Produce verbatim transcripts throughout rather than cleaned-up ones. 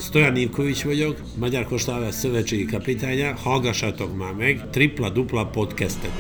Stojan Ivkovics vagyok, Magyar Kosárlabda Szövetségi kapitánya, hallgassatok már meg Tripla Dupla podcastet.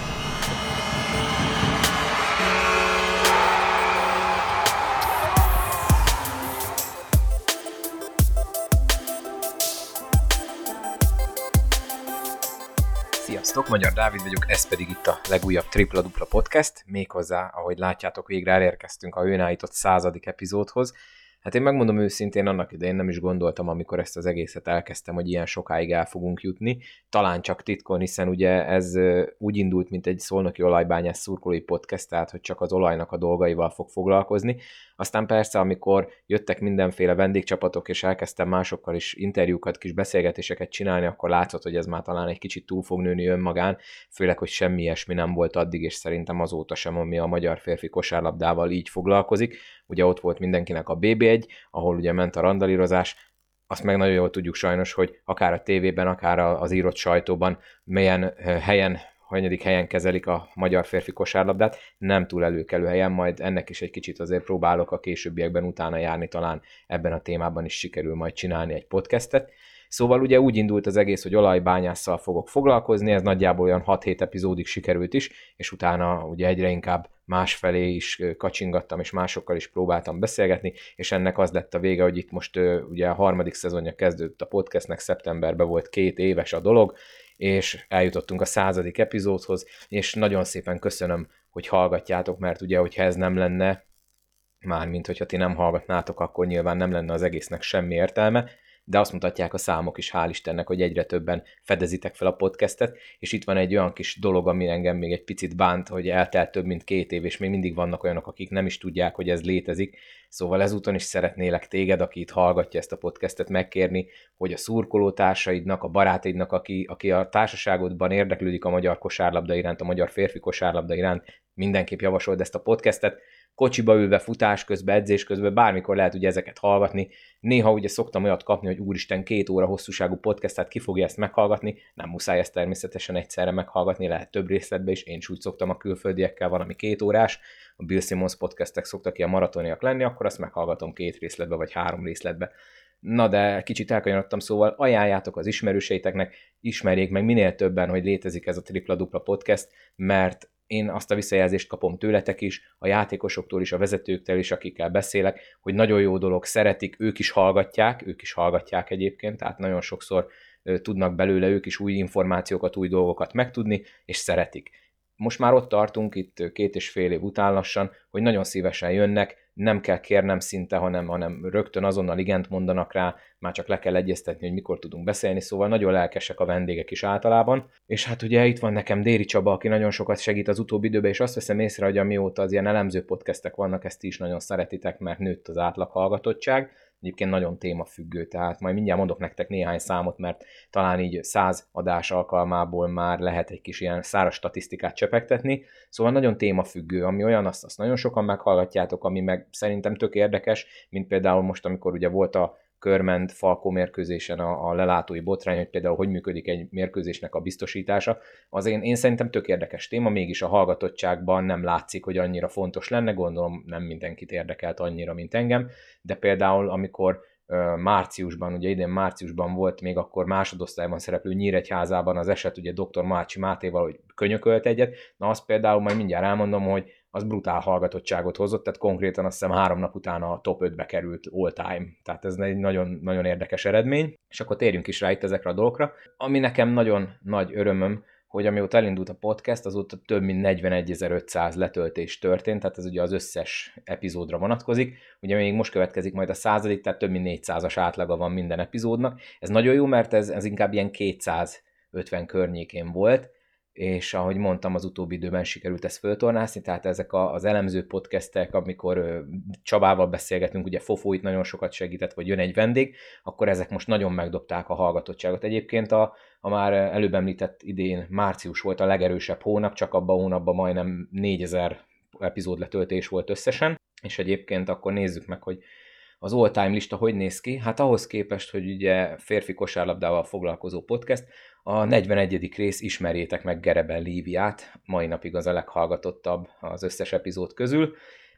Sziasztok, Magyar Dávid vagyok, ez pedig itt a legújabb Tripla Dupla podcast, méghozzá, ahogy látjátok, végre elérkeztünk a őnállított századik epizódhoz. Hát én megmondom őszintén, annak idején nem is gondoltam, amikor ezt az egészet elkezdtem, hogy ilyen sokáig el fogunk jutni. Talán csak titkon, hiszen ugye ez úgy indult, mint egy szolnoki olajbányász szurkolói podcast, tehát hogy csak az olajnak a dolgaival fog foglalkozni. Aztán persze, amikor jöttek mindenféle vendégcsapatok, és elkezdtem másokkal is interjúkat, kis beszélgetéseket csinálni, akkor látszott, hogy ez már talán egy kicsit túl fog nőni önmagán, főleg, hogy semmi ilyesmi nem volt addig, és szerintem azóta sem, ami a magyar férfi kosárlabdával így foglalkozik. Ugye ott volt mindenkinek a bé bé egy, ahol ugye ment a randalírozás, azt meg nagyon jól tudjuk sajnos, hogy akár a tévében, akár az írott sajtóban milyen helyen, hanyadik helyen kezelik a magyar férfi kosárlabdát, nem túl előkelő helyen, majd ennek is egy kicsit azért próbálok a későbbiekben utána járni, talán ebben a témában is sikerül majd csinálni egy podcastet. Szóval ugye úgy indult az egész, hogy olajbányásszal fogok foglalkozni, ez nagyjából olyan hat-hét epizódig sikerült is, és utána ugye egyre inkább másfelé is kacsingattam, és másokkal is próbáltam beszélgetni, és ennek az lett a vége, hogy itt most ugye a harmadik szezonja kezdődött a podcastnek, szeptemberben volt két éves a dolog, és eljutottunk a századik epizódhoz, és nagyon szépen köszönöm, hogy hallgatjátok, mert ugye, hogyha ez nem lenne, mármint hogyha ti nem hallgatnátok, akkor nyilván nem lenne az egésznek semmi értelme, de azt mutatják a számok is, hál' Istennek, hogy egyre többen fedezitek fel a podcastet, és itt van egy olyan kis dolog, ami engem még egy picit bánt, hogy eltelt több mint két év, és még mindig vannak olyanok, akik nem is tudják, hogy ez létezik. Szóval ezúton is szeretnélek téged, aki itt hallgatja ezt a podcastet, megkérni, hogy a szurkolótársaidnak, a barátaidnak, aki, aki a társaságodban érdeklődik a magyar kosárlabda iránt, a magyar férfi kosárlabda iránt, mindenképp javasold ezt a podcastet. Kocsiba ülve, futás közben, edzés közben, bármikor lehet ugye ezeket hallgatni. Néha ugye szoktam olyat kapni, hogy úristen, két óra hosszúságú podcastet, ki fogja ezt meghallgatni, nem muszáj ezt természetesen egyszerre meghallgatni, lehet több részletbe is, én is úgy szoktam a külföldiekkel, van ami két órás, a Bill Simmons podcastek szoktak ilyen maratoniak lenni, akkor azt meghallgatom két részletbe vagy három részletbe. Na de kicsit elkanyarodtam, szóval ajánljátok az ismerőseiteknek, ismerjék meg minél többen, hogy létezik ez a Tripla Dupla podcast, mert én azt a visszajelzést kapom tőletek is, a játékosoktól is, a vezetőktől is, akikkel beszélek, hogy nagyon jó dolog, szeretik, ők is hallgatják, ők is hallgatják egyébként, tehát nagyon sokszor tudnak belőle ők is új információkat, új dolgokat megtudni, és szeretik. Most már ott tartunk, itt két és fél év után lassan, hogy nagyon szívesen jönnek, nem kell kérnem szinte, hanem, hanem rögtön azonnal igent mondanak rá, már csak le kell egyeztetni, hogy mikor tudunk beszélni, szóval nagyon lelkesek a vendégek is általában. És hát ugye itt van nekem Déri Csaba, aki nagyon sokat segít az utóbbi időben, és azt veszem észre, hogy amióta az ilyen elemző podcastek vannak, ezt is nagyon szeretitek, mert nőtt az átlag hallgatottság. Egyébként nagyon témafüggő, tehát majd mindjárt mondok nektek néhány számot, mert talán így száz adás alkalmából már lehet egy kis ilyen száraz statisztikát csepegtetni, szóval nagyon témafüggő, ami olyan, azt, azt nagyon sokan meghallgatjátok, ami meg szerintem tök érdekes, mint például most, amikor ugye volt a Körmend Falkó mérkőzésen a, a lelátói botrány, hogy például hogy működik egy mérkőzésnek a biztosítása, az én, én szerintem tök érdekes téma, mégis a hallgatottságban nem látszik, hogy annyira fontos lenne, gondolom nem mindenkit érdekelt annyira, mint engem, de például amikor ö, márciusban, ugye idén márciusban volt még akkor másodosztályban szereplő Nyíregyházában az eset, ugye doktor Mácsi Mátéval, hogy könyökölt egyet, na azt például majd mindjárt elmondom, hogy az brutál hallgatottságot hozott, tehát konkrétan azt hiszem három nap utána a top ötbe került all time. Tehát ez egy nagyon, nagyon érdekes eredmény. És akkor térjünk is rá itt ezekre a dolgokra. Ami nekem nagyon nagy örömöm, hogy amióta elindult a podcast, azóta több mint negyvenegyezer-ötszáz letöltés történt, tehát ez ugye az összes epizódra vonatkozik. Ugye még most következik majd a századik, tehát több mint négyszázas átlaga van minden epizódnak. Ez nagyon jó, mert ez, ez inkább ilyen kétszázötven környékén volt, és ahogy mondtam, az utóbbi időben sikerült ezt föltornászni, tehát ezek az elemző podcastek, amikor Csabával beszélgetünk, ugye Fofó itt nagyon sokat segített, vagy jön egy vendég, akkor ezek most nagyon megdobták a hallgatottságot. Egyébként a, a már előbb említett idén március volt a legerősebb hónap, csak abban a hónapban majdnem négyezer epizód letöltés volt összesen, és egyébként akkor nézzük meg, hogy az all-time lista hogy néz ki. Hát ahhoz képest, hogy ugye férfi kosárlabdával foglalkozó podcast, a negyvenegyedik rész Ismerjétek meg Gerebel Líviát, mai napig az a leghallgatottabb az összes epizód közül.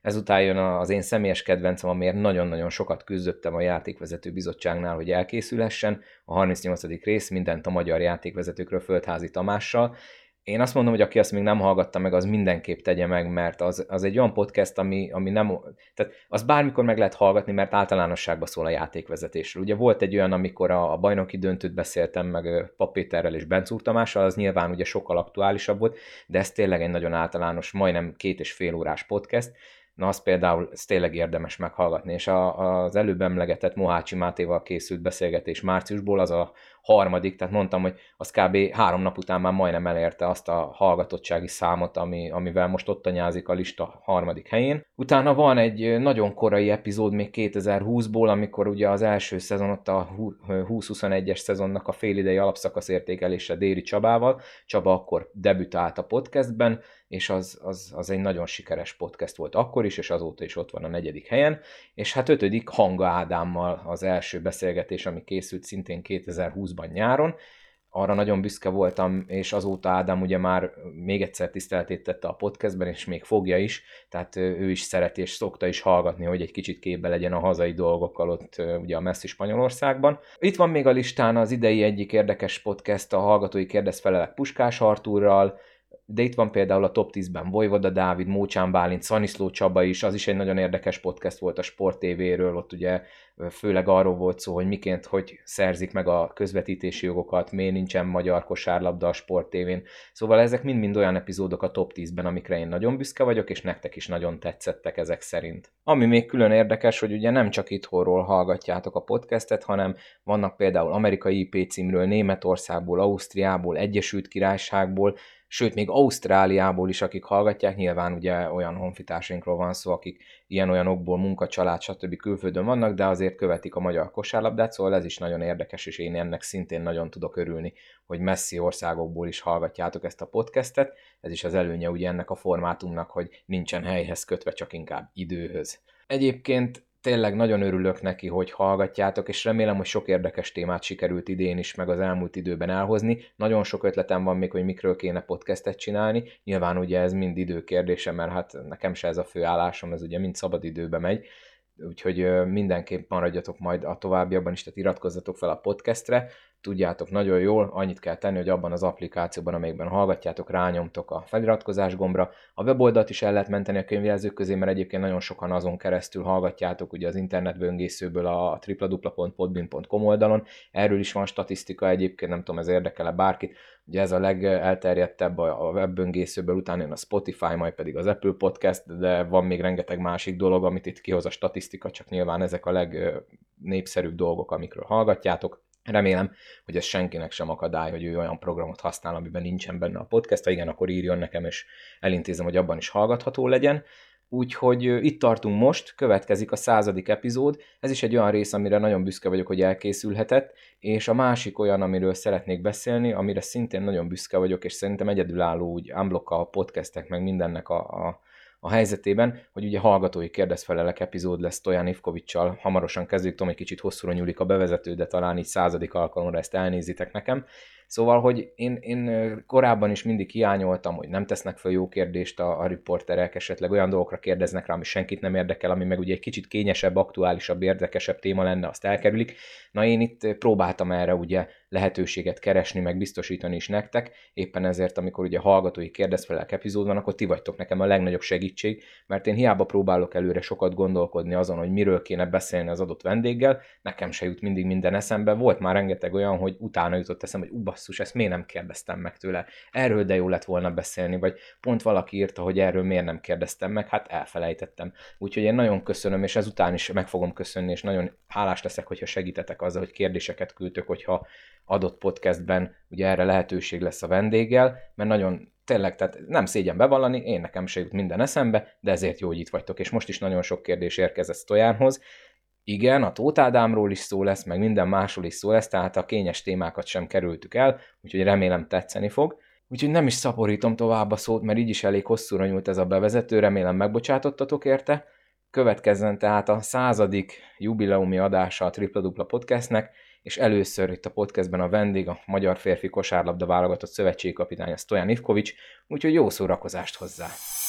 Ezután jön az én személyes kedvencem, amiért nagyon-nagyon sokat küzdöttem a játékvezető bizottságnál, hogy elkészülhessen, a harmincnyolcadik rész, mindent a magyar játékvezetőkről Földházi Tamással. Én azt mondom, hogy aki azt még nem hallgatta meg, az mindenképp tegye meg, mert az, az egy olyan podcast, ami, ami nem... Tehát az bármikor meg lehet hallgatni, mert általánosságban szól a játékvezetésről. Ugye volt egy olyan, amikor a, a bajnoki döntőt beszéltem meg Pap Péterrel és Bencúr Tamással, az nyilván ugye sokkal aktuálisabb volt, de ez tényleg egy nagyon általános, majdnem két és fél órás podcast. Na, azt például ez tényleg érdemes meghallgatni, és a, az előbb emlegetett Mohácsi Mátéval készült beszélgetés márciusból, az a harmadik, tehát mondtam, hogy az kb. Három nap után már majdnem elérte azt a hallgatottsági számot, ami, amivel most ott anyázik a lista harmadik helyén. Utána van egy nagyon korai epizód még kétezer-húszból, amikor ugye az első szezon, ott a húsz-huszonegyes szezonnak a félidei alapszakasz értékelése Déri Csabával. Csaba akkor debütált a podcastben, és az, az, az egy nagyon sikeres podcast volt akkor is, és azóta is ott van a negyedik helyen. És hát ötödik Hanga Ádámmal az első beszélgetés, ami készült szintén kétezer-húszban nyáron. Arra nagyon büszke voltam, és azóta Ádám ugye már még egyszer tiszteletét tette a podcastben, és még fogja is, tehát ő is szereti, és szokta is hallgatni, hogy egy kicsit képbe legyen a hazai dolgokkal ott ugye a messzi Spanyolországban. Itt van még a listán az idei egyik érdekes podcast, a Hallgatói Kérdezfelelek Puskás Artúrral, de itt van például a top tízben Vojvoda Dávid, Mócsán Bálint, Szaniszló Csaba is, az is egy nagyon érdekes podcast volt a Sport té véről, ott ugye főleg arról volt szó, hogy miként, hogy szerzik meg a közvetítési jogokat, miért nincsen magyar kosárlabda a Sport té vén. Szóval ezek mind-mind olyan epizódok a top tízben, amikre én nagyon büszke vagyok, és nektek is nagyon tetszettek ezek szerint. Ami még külön érdekes, hogy ugye nem csak itthonról hallgatjátok a podcastet, hanem vannak például amerikai í pé címről, Németországból, Ausztriából, Egyesült Királyságból, sőt, még Ausztráliából is, akik hallgatják, nyilván ugye olyan honfitársainkról van szó, akik ilyen-olyan okból munka, család, stb. Külföldön vannak, de azért követik a magyar kosárlabdát, szóval ez is nagyon érdekes, és én ennek szintén nagyon tudok örülni, hogy messzi országokból is hallgatjátok ezt a podcastet. Ez is az előnye ugye ennek a formátumnak, hogy nincsen helyhez kötve, csak inkább időhöz. Egyébként tényleg nagyon örülök neki, hogy hallgatjátok, és remélem, hogy sok érdekes témát sikerült idén is, meg az elmúlt időben elhozni. Nagyon sok ötletem van még, hogy mikről kéne podcastet csinálni. Nyilván ugye ez mind idő kérdése, mert hát nekem se ez a fő állásom, ez ugye mind szabad időbe megy. Úgyhogy mindenképp maradjatok majd a továbbiakban is, tehát iratkozzatok fel a podcastre. Tudjátok nagyon jól, annyit kell tenni, hogy abban az applikációban, amelyikben hallgatjátok, rányomtok a feliratkozás gombra. A weboldalt is el lehet menteni a könyvjelzők közé, mert egyébként nagyon sokan azon keresztül hallgatjátok, ugye az internetböngészőből a double-u double-u double-u pont podbean pont com oldalon. Erről is van statisztika egyébként, nem tudom, ez érdekel-e bárkit. Ugye ez a legelterjedtebb a webböngészőből, utána jön a Spotify, majd pedig az Apple Podcast, de van még rengeteg másik dolog, amit itt kihoz a statisztika, csak nyilván ezek a legnépszerűbb dolgok, amikről hallgatjátok. Remélem, hogy ez senkinek sem akadály, hogy ő olyan programot használ, amiben nincsen benne a podcast. Ha igen, akkor írjon nekem, és elintézem, hogy abban is hallgatható legyen. Úgyhogy itt tartunk most, következik a századik epizód. Ez is egy olyan rész, amire nagyon büszke vagyok, hogy elkészülhetett, és a másik olyan, amiről szeretnék beszélni, amire szintén nagyon büszke vagyok, és szerintem egyedülálló úgy unblock a podcastek, meg mindennek a, a a helyzetében, hogy ugye hallgatói kérdezfelelek epizód lesz Stojan Ivkovićsal, hamarosan kezdjük, tudom, egy kicsit hosszúra nyúlik a bevezető, de talán így századik alkalomra ezt elnézitek nekem. Szóval, hogy én, én korábban is mindig hiányoltam, hogy nem tesznek fel jó kérdést a, a riporterek, esetleg olyan dolgokra kérdeznek rá, ami senkit nem érdekel, ami meg ugye egy kicsit kényesebb, aktuálisabb, érdekesebb téma lenne, azt elkerülik. Na én itt próbáltam erre ugye lehetőséget keresni, meg biztosítani is nektek, éppen ezért, amikor ugye hallgatói kérdezfelelek epizód van, akkor ti vagytok nekem a legnagyobb segítség, mert én hiába próbálok előre sokat gondolkodni azon, hogy miről kéne beszélni az adott vendéggel, nekem se jut mindig minden eszembe. Volt már rengeteg olyan, hogy utána jutott eszembe, hogy basszus, ezt miért nem kérdeztem meg tőle, erről de jó lett volna beszélni, vagy pont valaki írta, hogy erről miért nem kérdeztem meg, hát elfelejtettem. Úgyhogy én nagyon köszönöm, és ezután is meg fogom köszönni, és nagyon hálás leszek, hogyha segítetek azzal, hogy kérdéseket küldtök, hogyha adott podcastben ugye erre lehetőség lesz a vendéggel, mert nagyon tényleg, tehát nem szégyen bevallani, én nekem se jut minden eszembe, de ezért jó, hogy itt vagytok, és most is nagyon sok kérdés érkezett Stojanhoz. Igen, a Tóth Ádámról is szó lesz, meg minden másról is szó lesz, tehát a kényes témákat sem kerültük el, úgyhogy remélem tetszeni fog. Úgyhogy nem is szaporítom tovább a szót, mert így is elég hosszúra nyúlt ez a bevezető, remélem megbocsátottatok érte. Következzen tehát a századik jubileumi adása a Tripla Dupla Podcastnek, és először itt a podcastben a vendég, a magyar férfi kosárlabda válogatott szövetségi kapitánya Stojan Ivković, úgyhogy jó szórakozást hozzá!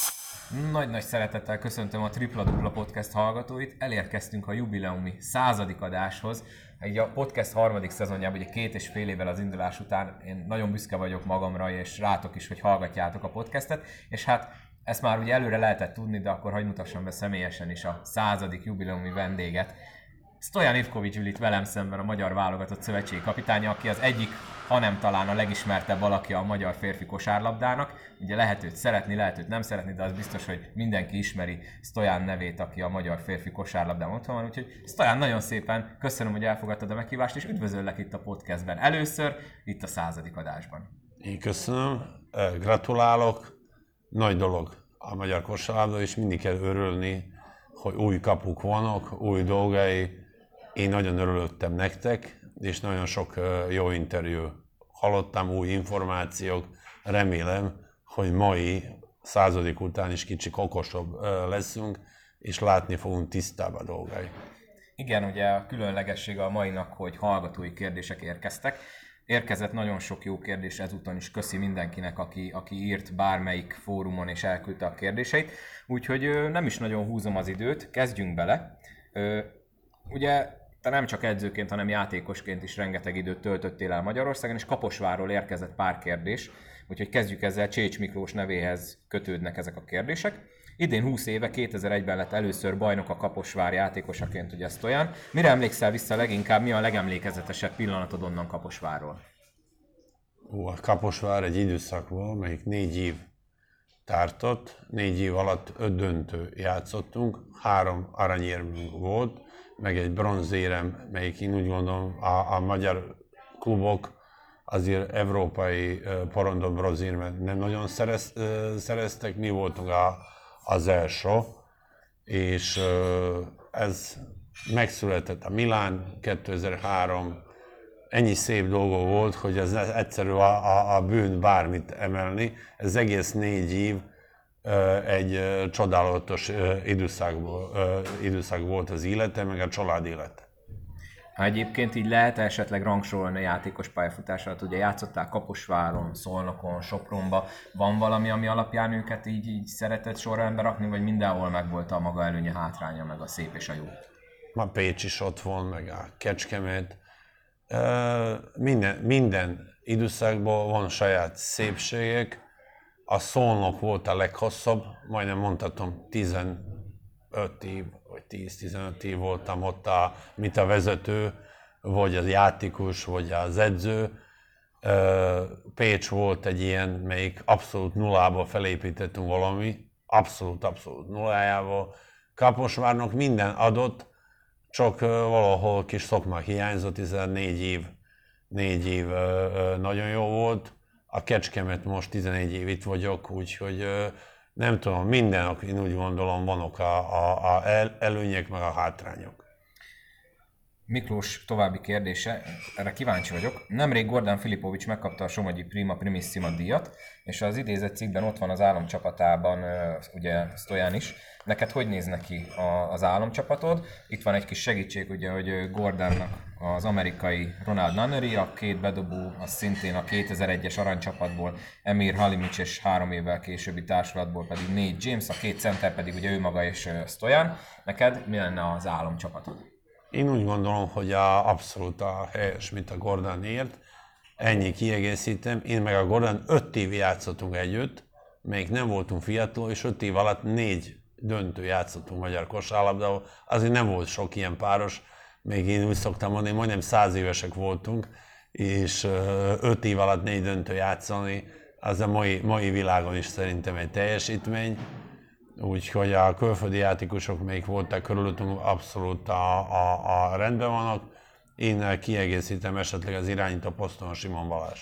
Nagy-nagy szeretettel köszöntöm a Tripla Dupla Podcast hallgatóit. Elérkeztünk a jubileumi századik adáshoz. Egy a podcast harmadik szezonjában, ugye két és fél évvel az indulás után én nagyon büszke vagyok magamra, és rátok is, hogy hallgatjátok a podcastet. És hát ezt már ugye előre lehetett tudni, de akkor hadd mutassam be személyesen is a századik jubileumi vendéget. Stojan Ivkovics ül itt velem szemben, a magyar válogatott szövetségi kapitánya, aki az egyik, hanem talán a legismertebb alakja a magyar férfi kosárlabdának. Ugye lehet őt szeretni, lehet őt nem szeretni, de az biztos, hogy mindenki ismeri Stojan nevét, aki a magyar férfi kosárlabdában otthon van. Úgyhogy Stojan, nagyon szépen köszönöm, hogy elfogadtad a meghívást, és üdvözöllek itt a podcastben. Először, itt a századik adásban. Én köszönöm, gratulálok, nagy dolog a magyar kosárlabda, és mindig kell örülni, hogy új kapuk vannak, új dolgai. Én nagyon örülöttem nektek, és nagyon sok jó interjú hallottam, új információk. Remélem, hogy mai századik után is kicsit okosabb leszünk, és látni fogunk tisztább a dolgai. Igen, ugye a különlegessége a mainak, hogy hallgatói kérdések érkeztek. Érkezett nagyon sok jó kérdés, ezúton is köszi mindenkinek, aki, aki írt bármelyik fórumon és elküldte a kérdéseit. Úgyhogy nem is nagyon húzom az időt, kezdjünk bele. Ugye te nem csak edzőként, hanem játékosként is rengeteg időt töltöttél el Magyarországon, és Kaposvárról érkezett pár kérdés, úgyhogy kezdjük ezzel, Csécs Miklós nevéhez kötődnek ezek a kérdések. Idén húsz éve, kétezer-egyben lett először bajnok a Kaposvár játékosaként, ugye Stojan. Mire emlékszel vissza leginkább, mi a legemlékezetesebb pillanatod onnan Kaposvárról? Ó, a Kaposvár egy időszak volt, melyik négy év tartott, négy év alatt öt döntő játszottunk, három aranyérmünk volt, meg egy bronzérem, melyik én úgy gondolom a, a magyar klubok azért európai porondon bronzérmet nem nagyon szerez, szereztek, mi voltunk a, az első, és ez megszületett a Milán kétezer-három, ennyi szép dolga volt, hogy ez egyszerű a, a, a bűn bármit emelni, ez egész négy év egy csodálatos időszak, időszak volt az élete, meg a család élete. Ha egyébként így lehet esetleg rangsorolni a játékos pályafutását, ugye játszottál Kaposváron, Szolnokon, Sopronba, van valami, ami alapján őket így, így szeretett sorrendbe rakni, vagy mindenhol megvolt a maga előnye, hátránya, meg a szép és a jó? Ma Pécs is ott van, meg a Kecskemét. Minden, minden időszakban van saját szépségek. A Szolnok volt a leghosszabb, majdnem mondhatom tizenöt év, vagy tíz-tizenöt év voltam ott, a, mint a vezető, vagy az játékos, vagy az edző. Pécs volt egy ilyen, melyik abszolút nullába felépítettünk valami, abszolút, abszolút nullájába. Kaposvárnak minden adott, csak valahol kis szakma hiányzott, hiszen négy év, négy év nagyon jó volt. A Kecskemet most tizenegy év itt vagyok, úgyhogy nem tudom, minden, én úgy gondolom, vannak a, a, a előnyek, meg a hátrányok. Miklós további kérdése, erre kíváncsi vagyok. Nemrég Gordán Filipovics megkapta a Somogyi Prima Primissima díjat, és az idézett cikkben ott van az álomcsapatában, ugye Stojan is. Neked hogy néz neki az álomcsapatod? Itt van egy kis segítség, ugye, hogy Gordánnak az amerikai Ronald Nunnery, a két bedobó, az szintén a kétezer-egyes aranycsapatból, Emir Halimics és három évvel későbbi társulatból pedig Nate James, a két center pedig ugye ő maga és Stojan. Neked mi lenne az álomcsapatod? Én úgy gondolom, hogy a, abszolút a helyes, mint a Gordon ért. Ennyi kiegészítem. Én meg a Gordon öt év játszottunk együtt, melyik nem voltunk fiatal, és öt év alatt négy döntő játszottunk magyar kosárlabdával. Azért nem volt sok ilyen páros, még én úgy szoktam mondani, majdnem száz évesek voltunk, és öt év alatt négy döntő játszani, az a mai, mai világon is szerintem egy teljesítmény. Úgyhogy a külföldi játékosok, melyik voltak körülöttünk, abszolút a, a, a rendben vannak. Én kiegészítem esetleg az irányító poszton a Simon Balázs.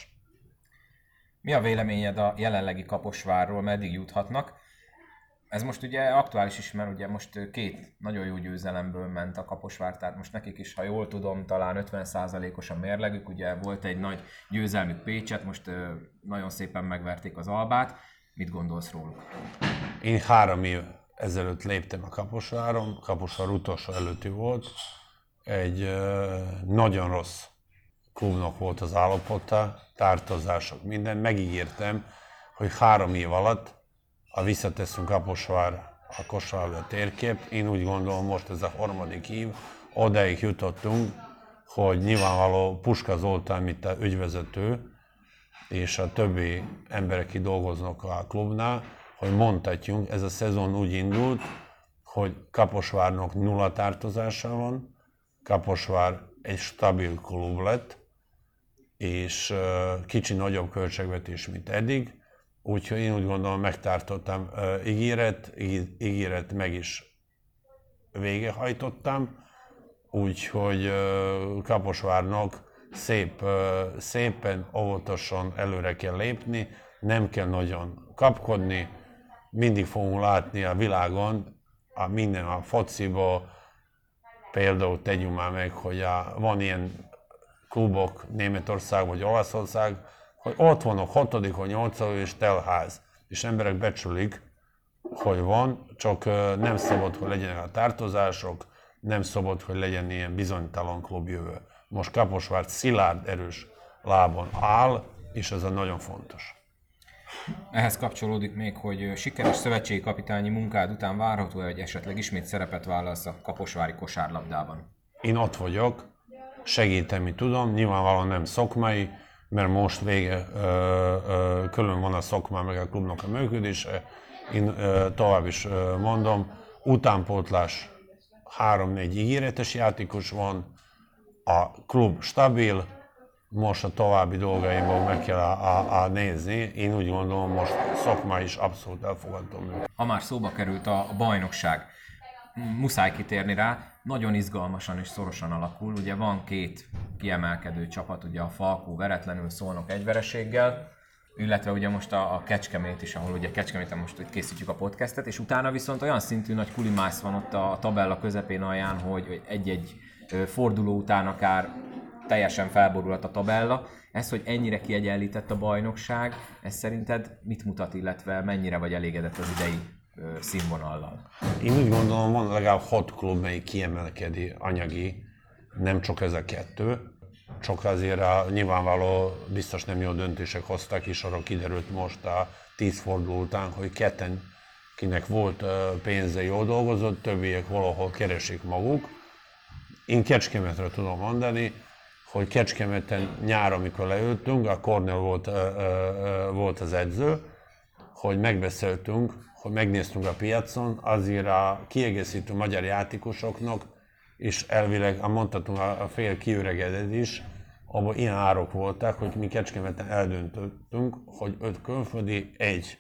Mi a véleményed a jelenlegi Kaposvárról, meddig juthatnak? Ez most ugye aktuális is, mert ugye most két nagyon jó győzelemből ment a Kaposvár, tehát most nekik is, ha jól tudom, talán ötven százalékos a mérlegük, ugye volt egy nagy győzelmük Pécset, most nagyon szépen megverték az Albát. Mit gondolsz róluk? Én három év ezelőtt léptem a Kaposváron, Kaposvár utolsó előtti volt. Egy uh, nagyon rossz klubnak volt az állapota, tartozások, minden. Megígértem, hogy három év alatt a visszateszünk Kaposvár a kosárlabda térkép. Én úgy gondolom, most ez a harmadik év, odáig jutottunk, hogy nyilvánvaló Puska Zoltán, mint a ügyvezető, és a többi emberek, akik dolgoznak a klubnál, hogy mondhatjunk, ez a szezon úgy indult, hogy Kaposvárnak nulla tartozása van, Kaposvár egy stabil klub lett, és kicsi nagyobb költségvetés, mint eddig, úgyhogy én úgy gondolom, megtartottam ígéret, ígéret meg is végehajtottam, úgyhogy Kaposvárnak szép, szépen, óvatosan előre kell lépni, nem kell nagyon kapkodni, mindig fogunk látni a világon, a minden a fociba, például tegyünk már meg, hogy a, van ilyen klubok Németország vagy Olaszország, hogy ott vannak hatodikon, nyolcadikon és telház, és emberek becsülik, hogy van, csak nem szabad, hogy legyenek a tartozások, nem szabad, hogy legyen ilyen bizonytalan klubjövő. Most Kaposvár szilárd, erős lábon áll, és ez a nagyon fontos. Ehhez kapcsolódik még, hogy sikeres szövetségi kapitányi munkád után várható-e, hogy esetleg ismét szerepet vállalsz a kaposvári kosárlabdában? Én ott vagyok, segíteni tudom, nyilvánvalóan nem szakmai, mert most vége, ö, ö, külön van a szakma meg a klubnak a működése. Én ö, tovább is ö, mondom, utánpótlás három-négy ígéretes játékos van, a klub stabil, most a további dolgaimból meg kell a, a, a nézni. Én úgy gondolom, most szakma is abszolút elfogadom. Ha már szóba került a, a bajnokság, muszáj kitérni rá, nagyon izgalmasan és szorosan alakul. Ugye van két kiemelkedő csapat, ugye a Falkó veretlenül Szolnok egy vereséggel, illetve ugye most a, a Kecskemét is, ahol ugye Kecskeméten most úgy készítjük a podcastet, és utána viszont olyan szintű nagy kulimász van ott a tabella közepén alján, hogy egy-egy forduló után akár teljesen felborulhat a tabella. Ez, hogy ennyire kiegyenlített a bajnokság, ez szerinted mit mutat, illetve mennyire vagy elégedett az idei ö, színvonallal? Én úgy gondolom, van legalább hat klub, melyik kiemelkedi anyagi, nem csak ez a kettő. Csak azért a nyilvánvaló biztos nem jó döntések hoztak, és arra kiderült most a tíz forduló után, hogy ketten, kinek volt pénze, jól dolgozott, többiek valahol keresik maguk. Én Kecskemetről tudom mondani, hogy Kecskemeten nyár, amikor leültünk, a Kornél volt, ö, ö, volt az edző, hogy megbeszéltünk, hogy megnéztünk a piacon, azért a kiegészítő magyar játékosoknak, és elvileg mondhatunk a, a fél kiüregedett is, abban ilyen árok voltak, hogy mi Kecskemeten eldöntöttünk, hogy öt külföldi, egy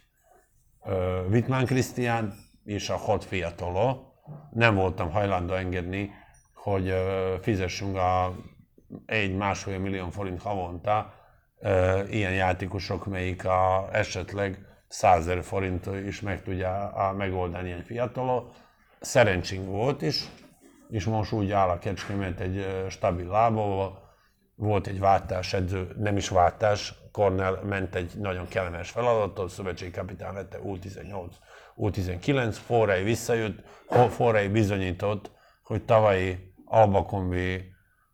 ö, Wittmann Krisztián és a hat fiatala. Nem voltam hajlandó engedni, hogy ö, fizessünk a egy-másfél millió forint havonta ö, ilyen játékosok, melyik a, esetleg százezer forint is meg tudja a, megoldani ilyen fiatalok. Szerencsénk volt is, és most úgy áll a Kecskemét egy ö, stabil lábával. Volt egy váltás edző, nem is váltás, Kornél ment egy nagyon kellemes feladatot, szövetségi kapitán lett U tizennyolc, U tizenkilenc, Forrai visszajött, Forrai bizonyított, hogy tavalyi Albakombi,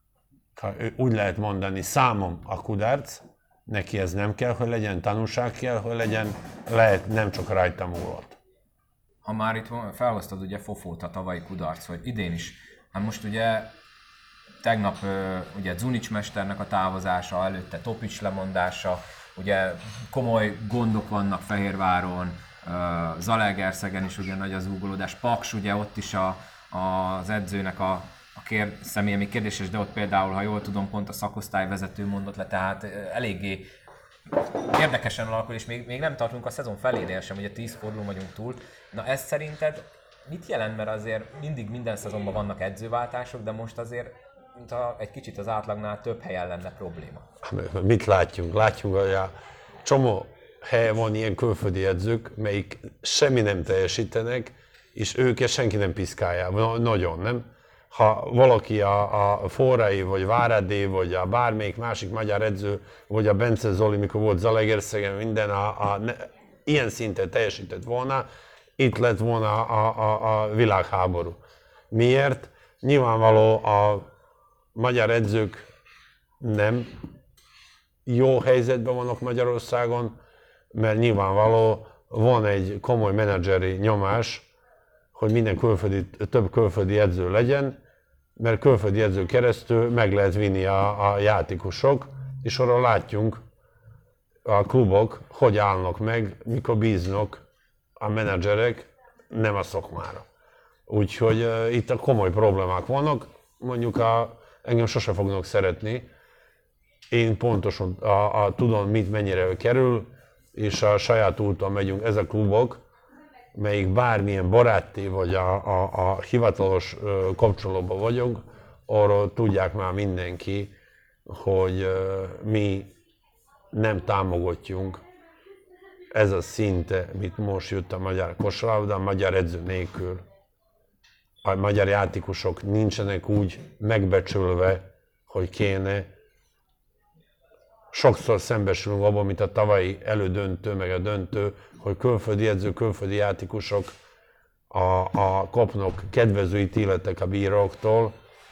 úgy lehet mondani, számom a kudarc, neki ez nem kell, hogy legyen, tanulság kell, hogy legyen, lehet nem csak rajta múlott. Ha már itt felhoztad ugye Fofót, a tavalyi kudarc, hogy idén is, hát most ugye tegnap ugye Zunic mesternek a távozása, előtte Topics lemondása, ugye komoly gondok vannak Fehérváron, Zalaegerszegen is ugye nagy az zúgolódás, Paks ugye ott is a, az edzőnek a, a kér, személye még kérdéses, de ott például, ha jól tudom, pont a szakosztályvezető mondott le, tehát eléggé érdekesen alakul, és még, még nem tartunk a szezon felénél sem, ugye tíz forduló vagyunk túl. Na ez szerinted mit jelent, mert azért mindig minden szezonban vannak edzőváltások, de most azért mint ha egy kicsit az átlagnál több helyen lenne probléma. Mit látjunk? Látjunk, hogy a csomó hely van ilyen külföldi edzők, melyik semmi nem teljesítenek, és őket senki nem piszkálja. Nagyon, nem? Ha valaki a, a Forrai, vagy Váradi, vagy a bármelyik másik magyar edző, vagy a Bence Zoli, mikor volt Zalaegerszegen, minden a, a, ne, ilyen szinten teljesített volna, itt lett volna a, a, a világháború. Miért? Nyilvánvaló a magyar edzők nem jó helyzetben vannak Magyarországon, mert nyilvánvaló van egy komoly menedzseri nyomás, hogy minden külföldi, több külföldi edző legyen, mert külföldi edző keresztül meg lehet vinni a, a játékosok, és arra látjunk a klubok, hogy állnak meg, mikor bíznak a menedzserek, nem a szakmára. Úgyhogy uh, itt a komoly problémák vannak, mondjuk a, engem sose fognak szeretni, én pontosan a, a, tudom, mit mennyire kerül, és a saját úton megyünk. Ez a klubok, melyik bármilyen baráti vagy a, a, a hivatalos uh, kapcsolatban vagyunk, arról tudják már mindenki, hogy uh, mi nem támogatjunk ez a szinte, mit most jött a magyar kosárlabda, a magyar edző nélkül. A magyar játékosok nincsenek úgy megbecsülve, hogy kéne. Sokszor szembesülünk abban, mint a tavalyi elődöntő, meg a döntő, hogy külföldi edző, külföldi játékosok a, a kapnak kedvező ítéletek a bíróktól,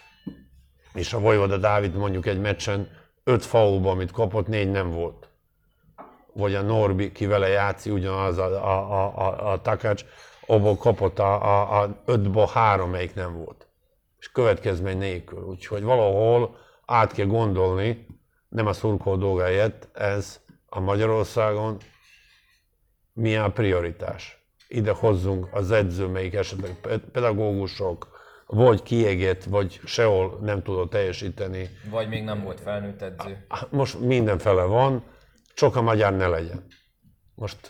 és a Vojvoda Dávid mondjuk egy meccsen öt faulban, amit kapott, négy nem volt. Vagy a Norbi, ki vele játszik, ugyanaz a, a, a, a, a Takács, abból kapott a, a, a ötből három, melyik nem volt. És következmény nélkül. Úgyhogy valahol át kell gondolni, nem a szurkoló dolgáért, ez a Magyarországon milyen a prioritás. Ide hozzunk az edző, melyik esetleg pedagógusok, vagy kiégett, vagy sehol nem tudott teljesíteni. Vagy még nem volt felnőtt edző. Most mindenfele van, csak a magyar ne legyen. Most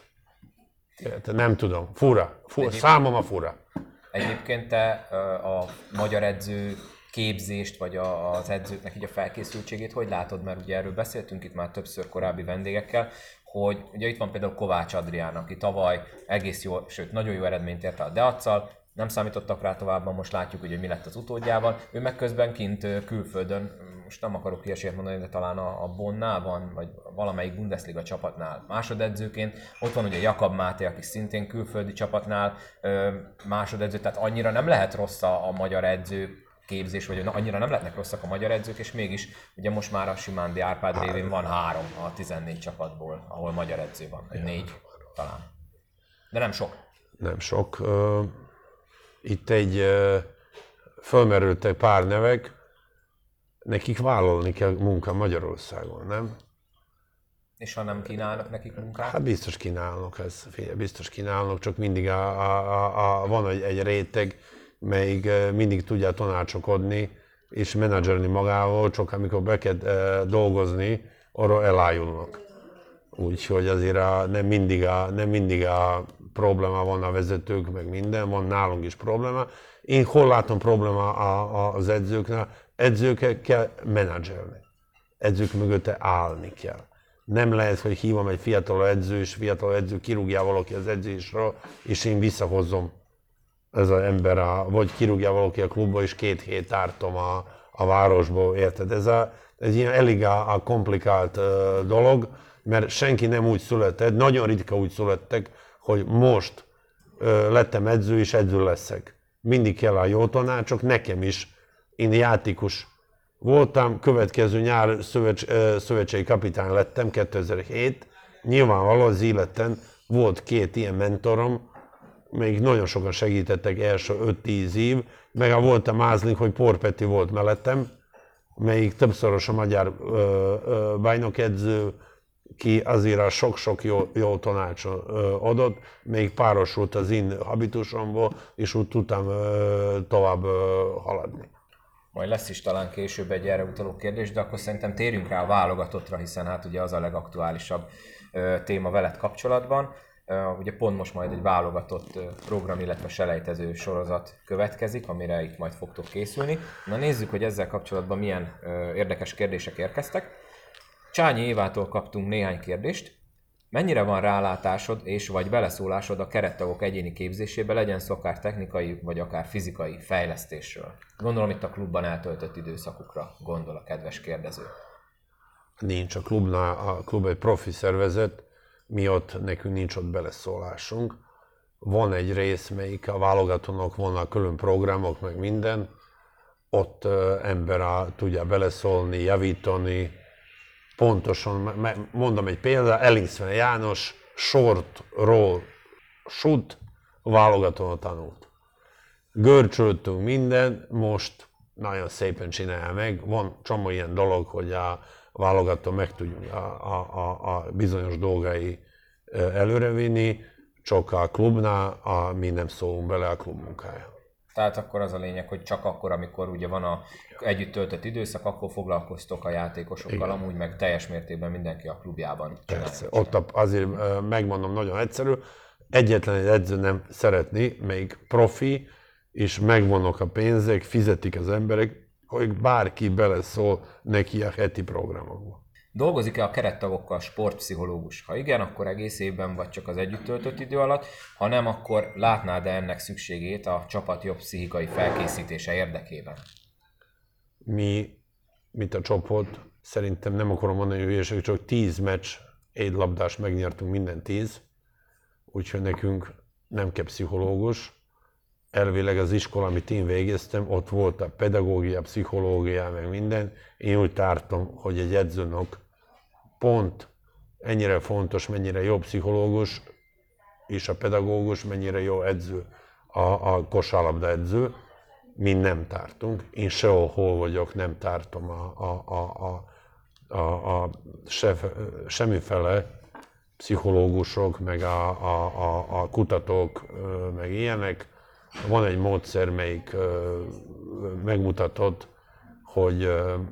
nem tudom, fura, fura. Számomra fura. Egyébként te a magyar edző képzést, vagy az edzőknek így a felkészültségét hogy látod? Mert ugye erről beszéltünk itt már többször korábbi vendégekkel, hogy ugye itt van például Kovács Adrián, aki tavaly egész jó, sőt nagyon jó eredményt ért el a Deac-szal, nem számítottak rá tovább, most látjuk, hogy mi lett az utódjával. Ő meg közben kint külföldön, most nem akarok hülyeséget mondani, de talán a, a Bonnál van, vagy valamelyik Bundesliga csapatnál másodedzőként. Ott van ugye Jakab Máté, aki szintén külföldi csapatnál másodedző, tehát annyira nem lehet rossz a, a magyar edző képzés, vagy annyira nem lehetnek rosszak a magyar edzők, és mégis ugye most már a Simándi Árpád révén van három a tizennégy csapatból, ahol magyar edző van, vagy négy talán. De nem sok. Nem sok. Itt egy fölmerültek pár nevek, nekik vállalni kell munka Magyarországon, nem? És ha nem kínálnak nekik munkát? Hát biztos kínálnak, ez, figyelj, biztos kínálnak, csak mindig a, a, a, a, van egy, egy réteg, melyik mindig tudja tanácsok adni, és menedzselni magával, csak amikor be kell dolgozni, arra elájulnak. Úgyhogy azért a, nem, mindig a, nem mindig a probléma van a vezetők, meg minden, van nálunk is probléma. Én hol látom probléma a, a, az edzőknél? Edzőket kell menedzselni. Edzők mögötte állni kell. Nem lehet, hogy hívom egy fiatal edző, és fiatal edző kirúgja valaki az edzésről, és én visszahozom ez az ember, a, vagy kirúgja valaki a klubba, és két hét ártom a, a városból, érted? Ez, a, ez ilyen elég a, a komplikált uh, dolog, mert senki nem úgy született, nagyon ritka úgy születtek, hogy most uh, lettem edző, és edző leszek. Mindig kell a jó tanácsok, nekem is. Én játékos voltam, következő nyár szövets, uh, szövetségi kapitány lettem, kétezer-hét. Nyilvánvalóan az életen volt két ilyen mentorom, még nagyon sokan segítettek első öt-tíz év, meg a volt a mázlink, hogy Porpeti volt mellettem, melyik többszörös a magyar ö, ö, bajnokedző, ki azért a sok-sok jó, jó tanácsot adott, még párosult az én habitusomból, és úgy tudtam ö, tovább ö, haladni. Majd lesz is talán később egy erre utaló kérdés, de akkor szerintem térjünk rá a válogatottra, hiszen hát ugye az a legaktuálisabb ö, téma veled kapcsolatban. Uh, ugye pont most majd egy válogatott uh, program, illetve selejtező sorozat következik, amire itt majd fogtok készülni. Na nézzük, hogy ezzel kapcsolatban milyen uh, érdekes kérdések érkeztek. Csányi Évától kaptunk néhány kérdést. Mennyire van rálátásod és vagy beleszólásod a kerettagok egyéni képzésébe, legyen szó akár technikai vagy akár fizikai fejlesztésről? Gondolom itt a klubban eltöltött időszakukra gondol a kedves kérdező. Nincs a klubnál, a klub egy profi szervezet, mi ott, nekünk nincs ott beleszólásunk. Van egy rész, melyik a válogatónak vannak külön programok, meg minden. Ott uh, ember á, tudja beleszólni, javítani. Pontosan, mondom egy példát, Ellingsven János sortról sut, válogatóan tanult. Görcsöltünk minden, most nagyon szépen csinálja meg. Van csomó ilyen dolog, hogy a válogató meg tudjuk a, a, a, a bizonyos dolgai előrevinni, csak a klubnál, a, mi nem szólunk bele a klub munkája. Tehát akkor az a lényeg, hogy csak akkor, amikor ugye van a együtt töltött időszak, akkor foglalkoztok a játékosokkal, igen. Amúgy meg teljes mértékben mindenki a klubjában csinálja. Persze, ott azért megmondom nagyon egyszerű, egyetlen egy edző nem szeretni, még profi, és megvannak a pénzek, fizetik az emberek, hogy bárki beleszól neki a heti programokba. Dolgozik-e a kerettagokkal sportpszichológus? Ha igen, akkor egész évben vagy csak az együtt töltött idő alatt, ha nem, akkor látnád-e ennek szükségét a csapat jobb pszichikai felkészítése érdekében? Mi, mint a csapat, szerintem nem akarom mondani, hogy hülyeség, csak tíz meccs, egy labdás megnyertünk minden tíz, úgyhogy nekünk nem kell pszichológus. Elvileg az iskola, amit én végeztem, ott volt a pedagógia, pszichológia, meg minden. Én úgy tartom, hogy egy edzőnek pont ennyire fontos, mennyire jó pszichológus, és a pedagógus mennyire jó edző, a, a kosárlabda edző. Mi nem tartunk. Én sehol hol vagyok, nem tartom a, a, a, a, a, a sef, semmifele pszichológusok, meg a, a, a, a kutatók, meg ilyenek. Van egy módszer, melyik megmutatott, hogy,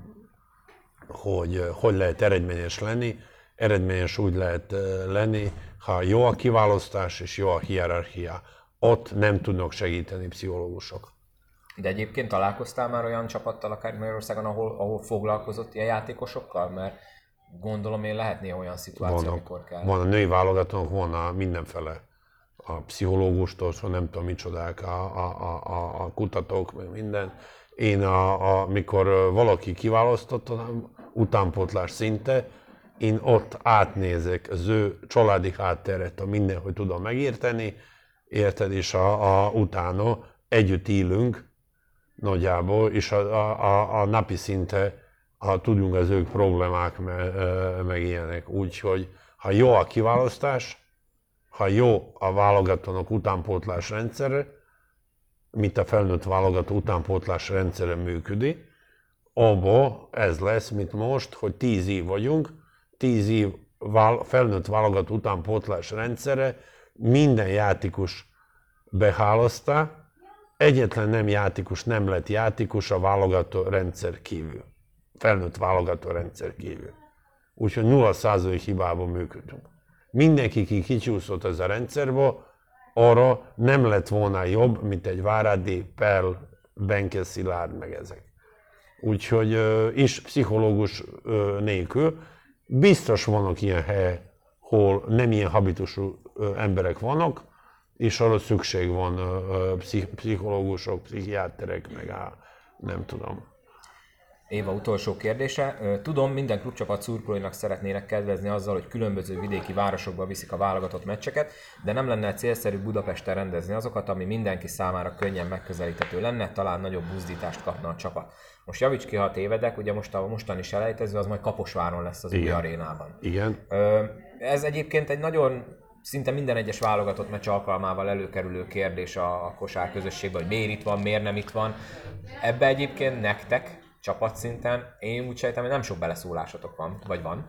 hogy hogy lehet eredményes lenni. Eredményes úgy lehet lenni, ha jó a kiválasztás és jó a hierarchia. Ott nem tudnak segíteni pszichológusok. De egyébként találkoztál már olyan csapattal, akár Magyarországon, ahol, ahol foglalkozott ilyen játékosokkal? Mert gondolom én lehet néha olyan szituáció, Vannak, amikor kell. Van a női válogatónak, van a mindenfele. A pszichológustól, szóval nem tudom micsodák, a, a, a, a kutatók, meg minden. Én, a, a, mikor valaki kiválasztottam, utánpótlás szinte, én ott átnézek az ő családi hátteret, a minden, hogy tudom megérteni, érted, és a, a, utána együtt élünk nagyjából, és a, a, a napi szinte ha tudjunk az ők problémák, meg, meg ilyenek. Úgyhogy ha jó a kiválasztás, ha jó a válogatónak utánpótlás rendszere, mint a felnőtt válogató utánpótlás rendszere működik, abba ez lesz, mint most, hogy tíz év vagyunk, tíz év felnőtt válogató utánpótlás rendszere, minden játékos behálasztá, egyetlen nem játékos nem lett játékos a válogató rendszer kívül, felnőtt válogató rendszer kívül. Úgyhogy nulla százalék hibában működünk. Mindenki, ki kicsúszott ez a rendszerbe, arra nem lett volna jobb, mint egy Váradi, Perl, Benke, Szilárd, meg ezek. Úgyhogy is pszichológus nélkül biztos vannak ilyen helyek, hol nem ilyen habitusú emberek vannak, és arra szükség van pszichológusok, pszichiáterek, meg á, nem tudom. Éva, utolsó kérdése. Tudom, minden klubcsapat szurkolóinak szeretnének kedvezni azzal, hogy különböző vidéki városokba viszik a válogatott meccseket, de nem lenne célszerű Budapesten rendezni azokat, ami mindenki számára könnyen megközelíthető lenne, talán nagyobb buzdítást kapna a csapat. Most javíts ki, ha tévedek, ugye most a mostani selejtező az majd Kaposváron lesz az új arénában. Igen. Ez egyébként egy nagyon szinte minden egyes válogatott meccs alkalmával előkerülő kérdés a kosár közösségben, hogy miért itt van, miért nem itt van. Ebbe egyébként nektek csapatszinten én úgy sejtem, hogy nem sok beleszólásotok van, vagy van?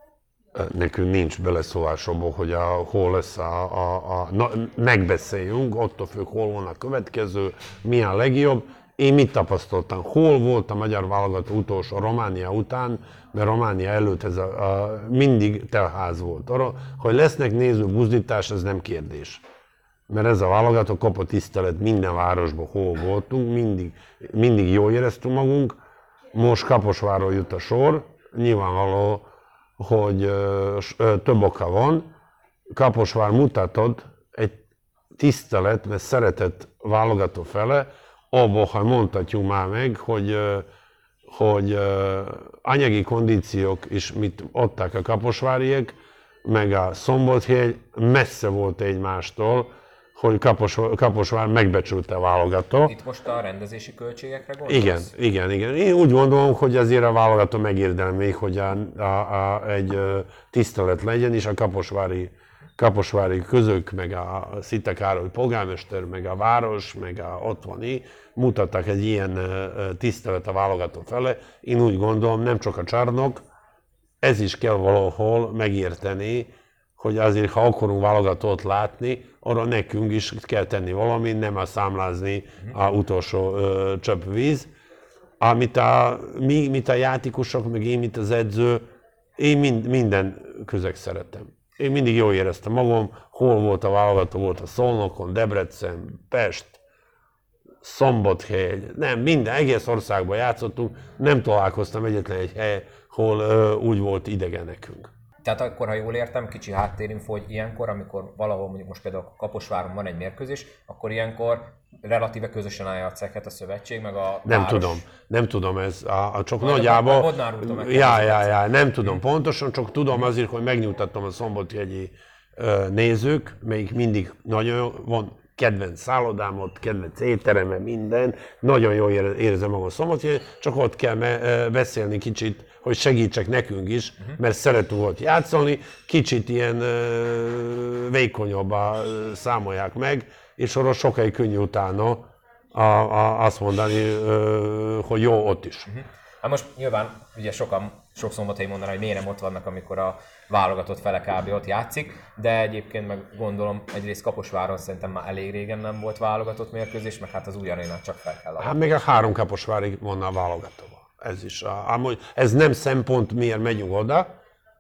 Nekünk nincs beleszólásobban, hogy a, hol lesz a, a, a na, megbeszéljünk, attól függ, hol van a következő, mi a legjobb. Én mit tapasztaltam? Hol volt a magyar válogató utolsó Románia után, mert Románia előtt ez a, a, mindig telház volt. Arra, hogy lesznek néző buzdítás, ez nem kérdés. Mert ez a válogató kapott tisztelet minden városban, hol voltunk, mindig, mindig jól éreztünk magunk. Most Kaposvárról jut a sor, nyilvánvaló, hogy ö, ö, több oka van. Kaposvár mutatott egy tisztelet, mert szeretett válogató fele, abban, ha mondhatjuk már meg, hogy, ö, hogy ö, anyagi kondíciók is mit adták a kaposváriek, meg a Szombathely messze volt egymástól, hogy Kaposvár, Kaposvár megbecsülte a válogató. Itt most a rendezési költségekre gondolsz? Igen, igen, igen. Én úgy gondolom, hogy azért a válogató megérdemli, hogy a, a, a, egy tisztelet legyen, és a kaposvári kaposvári közök, meg a Szitte Károly polgármester, meg a város, meg a otthoni mutattak egy ilyen tisztelet a válogatott fele. Én úgy gondolom, nem csak a csarnok, ez is kell valahol megérteni, hogy azért, ha akarunk válogatót látni, arra nekünk is kell tenni valamit, nem a számlázni a utolsó ö, csöpp víz. Amit a, mi, mint a játékosok, meg én, mint az edző, én mind, minden közeg szeretem. Én mindig jól éreztem magam, hol volt a válogató, volt a Szolnokon, Debrecen, Pest, Szombathely, nem, minden, egész országban játszottunk, nem találkoztam egyetlen egy hely, hol ö, úgy volt idegen nekünk. Tehát akkor, ha jól értem, kicsi háttérinfo, hogy ilyenkor, amikor valahol mondjuk most például Kaposváron van egy mérkőzés, akkor ilyenkor relatíve közösen állja a cekhet a szövetség, meg a Nem város. tudom, nem tudom, ez a, a csak Majd nagyjából... a Bodnár úrtól Já, já, já, nem tudom pontosan, csak tudom azért, hogy megnyugtattam a szombathegyi uh, nézők, melyik mindig nagyon jó, van kedvenc szállodámot, kedvenc étterem, minden, nagyon jól érzem magam a Szombathegyen, csak ott kell me, beszélni kicsit, hogy segítsek nekünk is, mert szeretünk ott játszani, kicsit ilyen uh, vékonyabbá számolják meg, és arra sokáig könnyű utána a, a, azt mondani, uh, hogy jó ott is. Uh-huh. Hát most nyilván ugye sokan, sok szombathelyi mondaná, hogy miért nem ott vannak, amikor a válogatott fele kb. Ott játszik, de egyébként meg gondolom egyrészt Kaposváron szerintem már elég régen nem volt válogatott mérkőzés, meg hát az új arénát csak fel kell adni. Hát még a három Kaposvárig van a válogatóval. Ez is. A, ez nem szempont, miért megyünk oda,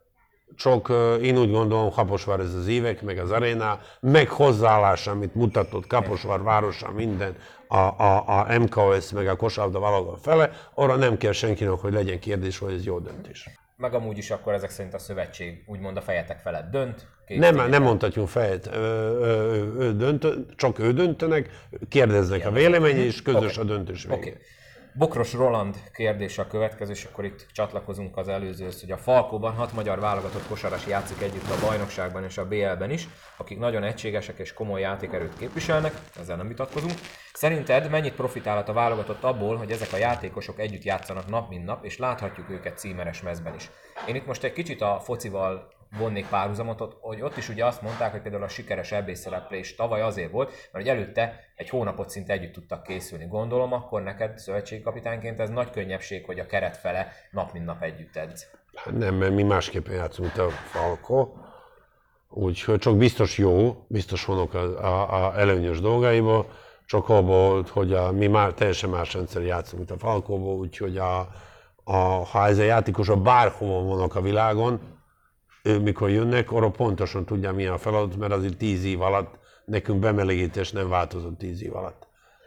csak én úgy gondolom, Kaposvár ez az évek, meg az aréna, meg hozzáállás, amit mutatott Kaposvár városa, minden, a, a, a em ká o es, meg a kosárlabda válogatott fele, arra nem kell senkinek, hogy legyen kérdés, hogy ez jó döntés. Meg amúgy is akkor ezek szerint a szövetség úgymond a fejetek felett dönt. Nem, nem mondhatjuk fejet, ő, ő, ő dönt, csak ő döntenek, kérdeznek a véleménye, és közös okay. a döntés végén. Okay. Bokros Roland kérdése a következő, és akkor itt csatlakozunk az előzőhöz, hogy a Falkóban hat magyar válogatott kosaras játszik együtt a bajnokságban és a bé el-ben is, akik nagyon egységesek és komoly játékerőt képviselnek, ezzel nem vitatkozunk. Szerinted mennyit profitálhat a válogatott abból, hogy ezek a játékosok együtt játszanak nap mint nap, és láthatjuk őket címeres mezben is? Én itt most egy kicsit a focival vonnék párhuzamot, hogy ott is ugye azt mondták, hogy például a sikeres é bé szereplés tavaly azért volt, mert hogy előtte egy hónapot szinte együtt tudtak készülni. Gondolom, akkor neked szövetségkapitányként ez nagy könnyebbség, hogy a keret fele nap mint nap együtt edz. Nem, mert mi másképpen játszunk, mint a Falko. Úgyhogy csak biztos jó, biztos vannak a, a, a előnyös dolgaiba, csak abból, hogy a, mi már teljesen más rendszer játszunk, mint a Falkóból, úgyhogy a, a, ha ez a játékosok bárhol vannak a világon, ő mikor jönnek, arra pontosan tudja, milyen a feladat, mert azért tíz év alatt nekünk bemelegítés nem változott tíz év alatt.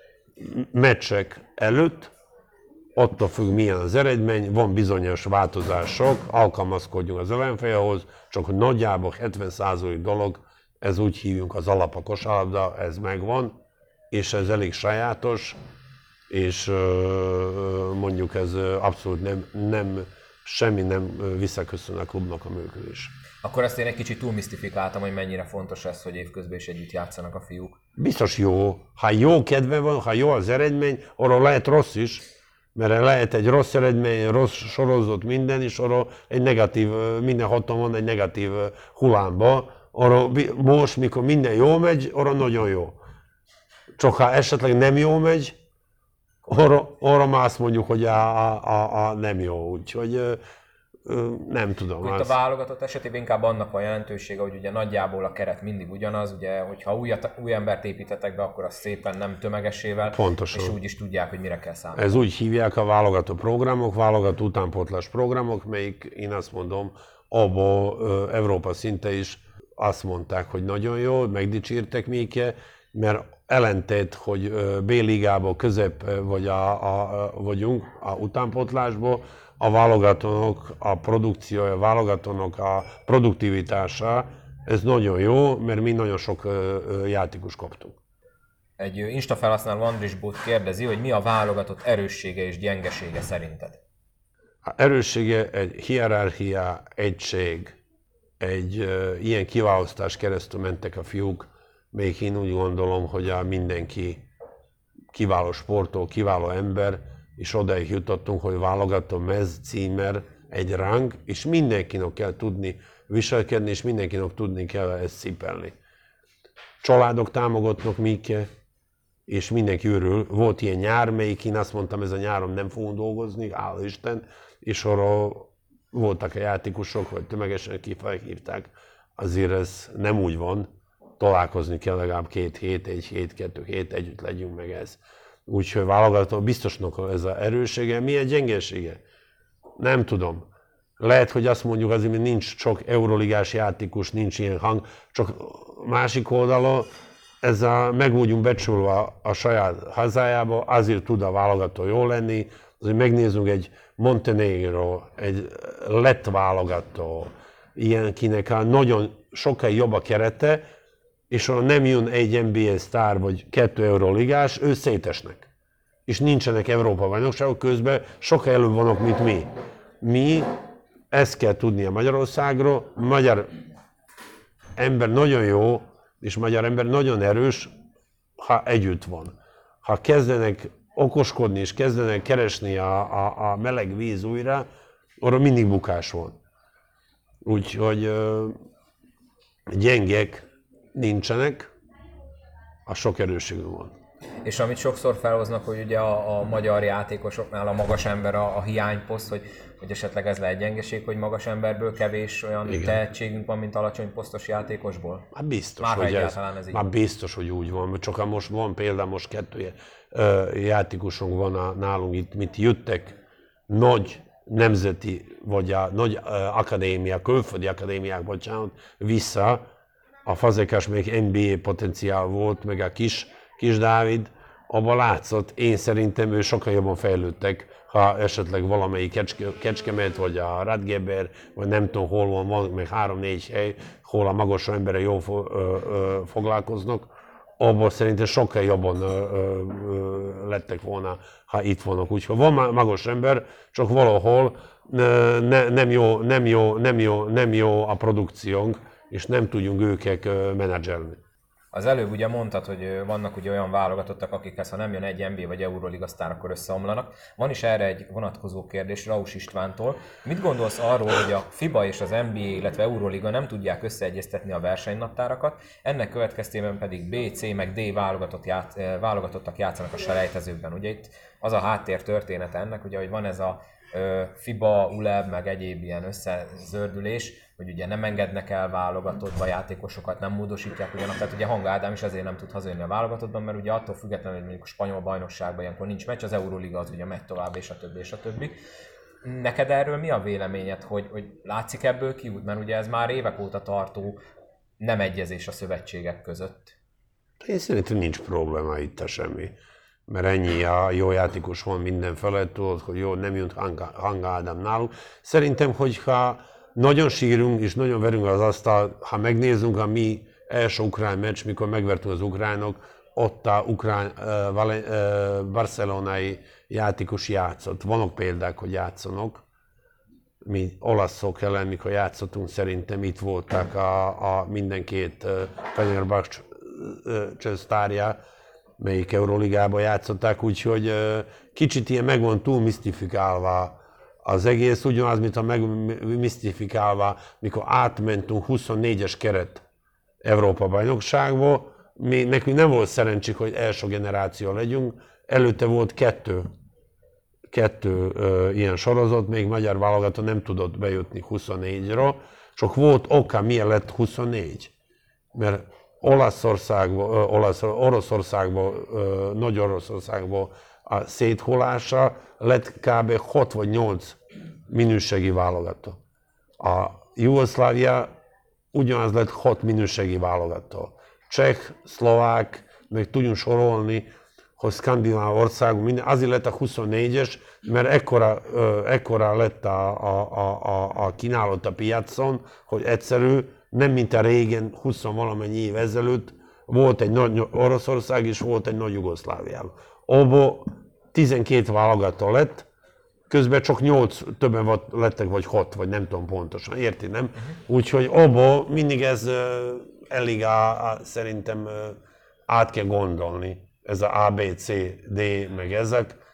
Meccsek előtt, attól függ, milyen az eredmény, van bizonyos változások, alkalmazkodjunk az ellenfélhoz, csak nagyjából hetven százalék dolog, ez úgy hívjuk az alap a kosárlabda, ez megvan, és ez elég sajátos, és mondjuk ez abszolút nem, nem semmi nem visszaköszön a klubnak a működés. Akkor ezt én egy kicsit túl misztifikáltam, hogy mennyire fontos ez, hogy évközben is együtt játszanak a fiúk. Biztos jó. Ha jó kedve van, ha jó az eredmény, arról lehet rossz is, mert lehet egy rossz eredmény, rossz sorozat minden, és arról egy negatív, minden haton van egy negatív hullámba. Arról most, mikor minden jól megy, arról nagyon jó. Csak ha esetleg nem jól megy, arra, arra már azt mondjuk, hogy a, a, a, a nem jó, úgyhogy ö, ö, nem tudom. Itt a válogatott esetében inkább annak van jelentősége, hogy ugye nagyjából a keret mindig ugyanaz, ugye, hogyha új, új embert építetek be, akkor az szépen nem tömegesével, pontosan. És úgy is tudják, hogy mire kell számolni. Ez úgy hívják a válogató programok, válogató utánpótlás programok, melyik én azt mondom, abban Európa szinte is azt mondták, hogy nagyon jó, megdicsírtek minket, mert ellentét, hogy B-ligából közép vagy a, a, vagyunk a utánpótlásból, a válogatónak a produkciója, a válogatónak a produktivitása, ez nagyon jó, mert mi nagyon sok játékos kaptunk. Egy Insta felhasználó Andris Bot kérdezi, hogy mi a válogatott erőssége és gyengesége szerinted? A erőssége egy hierarchia, egység, egy uh, ilyen kiválasztás keresztül mentek a fiúk, még én úgy gondolom, hogy a mindenki kiváló sportoló, kiváló ember, és odaig jutottunk, hogy válogató mez, címer, egy rang, és mindenkinek kell tudni viselkedni, és mindenkinek tudni kell ezt szipelni. Családok támogatnak minket, és mindenki örül. Volt ilyen nyár, melyik én azt mondtam, ez a nyáron nem fogunk dolgozni, hála Isten, és arra voltak a játékosok, vagy tömegesen kifejhívták. Azért ez nem úgy van, találkozni kell legalább két hét, egy hét, kettő hét, együtt legyünk meg ez. Úgyhogy válogató biztosnak ez az erőssége, milyen gyengesége? Nem tudom. Lehet, hogy azt mondjuk azért, hogy nincs sok euroligás játékos, nincs ilyen hang, csak másik oldalon ez a, meg vagyunk becsülve a saját hazájába, azért tud a válogató jól lenni, azért megnézzünk egy Montenegro, egy lett válogató, ilyen kinek a nagyon sokkal jobb a kerete, és ha nem jön egy en bé á sztár vagy kettő euroligás, ő szétesnek. És nincsenek Európa bajnokságok közben, sokkal előbb vannak, mint mi. Mi ezt kell tudni a Magyarországról, magyar ember nagyon jó, és magyar ember nagyon erős, ha együtt van. Ha kezdenek okoskodni, és kezdenek keresni a, a, a meleg víz újra, arra mindig bukás van. Úgyhogy ö, gyengek nincsenek, a sok erősségünk van. És amit sokszor felhoznak, hogy ugye a, a magyar játékosoknál a magas ember a, a hiányposzt, hogy, hogy esetleg ez lehet gyengeség, hogy magas emberből kevés olyan Igen. tehetségünk van, mint alacsony posztos játékosból? Hát biztos, már hogy ez, ez így. Már biztos, hogy úgy van. Csak most van például, most kettő játékosunk van a, nálunk itt, mit jöttek nagy nemzeti, vagy a nagy akadémiák, külföldi akadémiák, bocsánat, vissza. A Fazekas még en bé á potenciál volt, meg a kis, kis Dávid, abban látszott, én szerintem ő sokkal jobban fejlődtek, ha esetleg valamelyik kecske, Kecskemet, vagy a Radgeber, vagy nem tudom hol van, van még három-négy hely, hol a magas emberek jól fo, ö, ö, foglalkoznak, abban szerintem sokkal jobban ö, ö, lettek volna, ha itt vannak. Úgyhogy van magas ember, csak valahol ne, nem, jó, nem, jó, nem, jó, nem jó a produkciónk, és nem tudjunk őket menedzselni. Az előbb ugye mondtad, hogy vannak ugye olyan válogatottak, akikhez ha nem jön egy en bé vagy Euroliga sztár, akkor összeomlanak. Van is erre egy vonatkozó kérdés Raus Istvántól. Mit gondolsz arról, hogy a FIBA és az en bé á, illetve Euroliga nem tudják összeegyeztetni a versenynaptárakat, ennek következtében pedig B, C meg D válogatott ját, válogatottak játszanak a selejtezőkben. Ugye itt az a háttér története ennek, ugye, hogy van ez a FIBA, u el e bé, meg egyéb ilyen összezördülés, hogy ugye nem engednek el válogatottba játékosokat, nem módosítják ugyanak, tehát ugye Hang Ádám is ezért nem tud hazajönni a válogatottban, mert ugye attól függetlenül, hogy mondjuk a spanyol bajnokságban ilyenkor nincs meccs, az Euroliga az ugye megy tovább, és a többi, és a többi. Neked erről mi a véleményed, hogy, hogy látszik ebből kiút? Mert ugye ez már évek óta tartó nem egyezés a szövetségek között. Én szerintem nincs probléma itt semmi. Mert ennyi a jó játékos van minden felett, tudod, hogy jó, nem jön Hang Ádám nálunk. Szerintem, hogyha nagyon sírunk és nagyon verünk az asztal, ha megnézzünk a mi első ukrán meccs, mikor megvertünk az ukránok, ott a ukrán uh, vale, uh, barcelonai játékos játszott. Vannak példák, hogy játszanak. Mi olaszok ellen, mikor játszottunk, szerintem itt voltak a, a mindenkét uh, Fenerbahce uh, sztárja, melyik Euroligában játszották, úgyhogy uh, kicsit ilyen meg van túl misztifikálva az egész, ugyanaz, mint a megmisztifikálva, mikor átmentünk huszonnégyes keret Európa bajnokságba, mi, nekünk nem volt szerencsénk, hogy első generáció legyünk, előtte volt kettő, kettő uh, ilyen sorozat, még magyar válogató nem tudott bejutni huszonnégyre, csak volt oka, miért lett huszonnégy, mert Olaszországban, uh, Olasz, Oroszországban, uh, Nagy Oroszországban a szétholása lett kb. hat vagy nyolc minőségi válogató. A Jugoszlávia ugyanaz lett hat minőségi válogató. Cseh, szlovák, meg tudjunk sorolni, hogy skandináv országok, minden, azért lett a huszonnégyes, mert ekkora, ekkora lett a, a, a, a kínálat a piacon, hogy egyszerű, nem mint a régen, húsz valamennyi év ezelőtt, volt egy nagy Oroszország és volt egy nagy Jugoszlávia. Abba tizenkét válogató lett, közben csak nyolc, többen lettek, vagy hat, vagy nem tudom pontosan, érti, nem? Uh-huh. Úgyhogy abba mindig ez uh, elég a, a, szerintem uh, át kell gondolni, ez a A, B, C, D, meg ezek,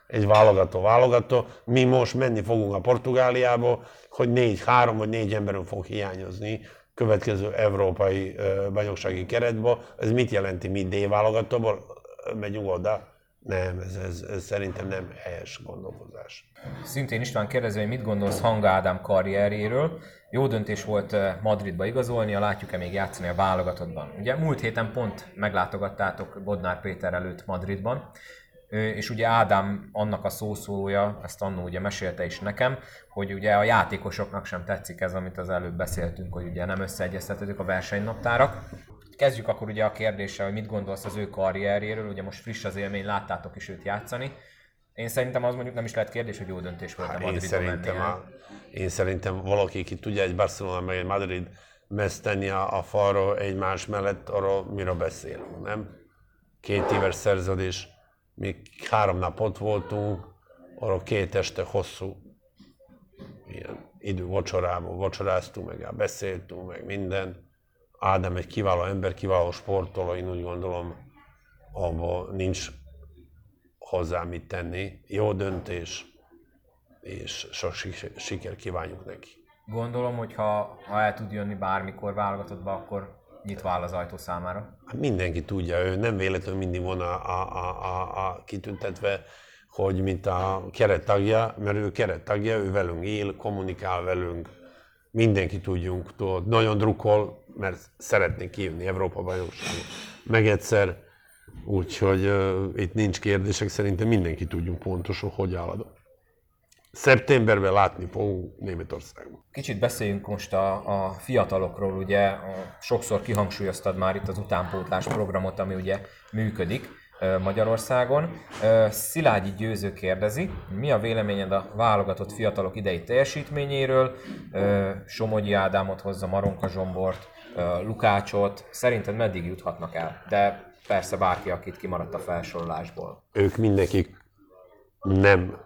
egy válogató válogató. Mi most menni fogunk a Portugáliába, hogy négy, három vagy négy emberünk fog hiányozni következő európai bajnoksági keretbe. Ez mit jelenti, mi D-válogatóból megyünk oda? Nem, ez, ez, ez szerintem nem helyes gondolkozás. Szintén István kérdezi, hogy mit gondolsz Hanga Ádám karrierjéről. Jó döntés volt Madridba igazolnia, látjuk-e még játszani a válogatottban? Ugye múlt héten pont meglátogattátok Bodnár Péter előtt Madridban, és ugye Ádám annak a szószólója, ezt annó ugye mesélte is nekem, hogy ugye a játékosoknak sem tetszik ez, amit az előbb beszéltünk, hogy ugye nem összeegyeztethetők a versenynaptárak. Kezdjük akkor ugye a kérdéssel, hogy mit gondolsz az ő karrierjéről, ugye most friss az élmény, láttátok is őt játszani. Én szerintem az mondjuk nem is lehet kérdés, hogy jó döntés volt a Madridba menni. A, én szerintem valaki, ki tudja egy Barcelona meg egy Madrid meszt tenni a, a falról egymás mellett, arról miről beszélünk, nem? Két éves szerződés, mi három nap ott voltunk, arról két este hosszú ilyen idő vacsorában, vacsoráztunk, meg beszéltünk, meg minden. Ádám egy kiváló ember, kiváló sportoló, én úgy gondolom, abban nincs hozzá mit tenni. Jó döntés, és sok siker kívánjuk neki. Gondolom, hogy ha, ha el tud jönni bármikor válogatottba, akkor nyitva áll az ajtó számára. Mindenki tudja, ő nem véletlenül mindig van a, a, a, a, a kitüntetve, hogy mint a kerettagja, mert ő kerettagja, ő velünk él, kommunikál velünk, mindenki tudjunk, tudod, nagyon drukkol, mert szeretnék kijönni Európa bajnokságon. Meg egyszer, úgyhogy uh, itt nincs kérdések, szerintem mindenki tudjunk pontosan, hogy áll. Szeptemberben látni fogunk Németországban. Kicsit beszéljünk most a, a fiatalokról, ugye a, sokszor kihangsúlyoztad már itt az utánpótlás programot, ami ugye működik Magyarországon. Szilágyi Győző kérdezi, mi a véleményed a válogatott fiatalok idei teljesítményéről? Somogyi Ádámot hozza, Maronka Zsombort, Lukácsot, szerinted meddig juthatnak el? De persze bárki, akit kimaradt a felsorolásból. Ők mindenki nem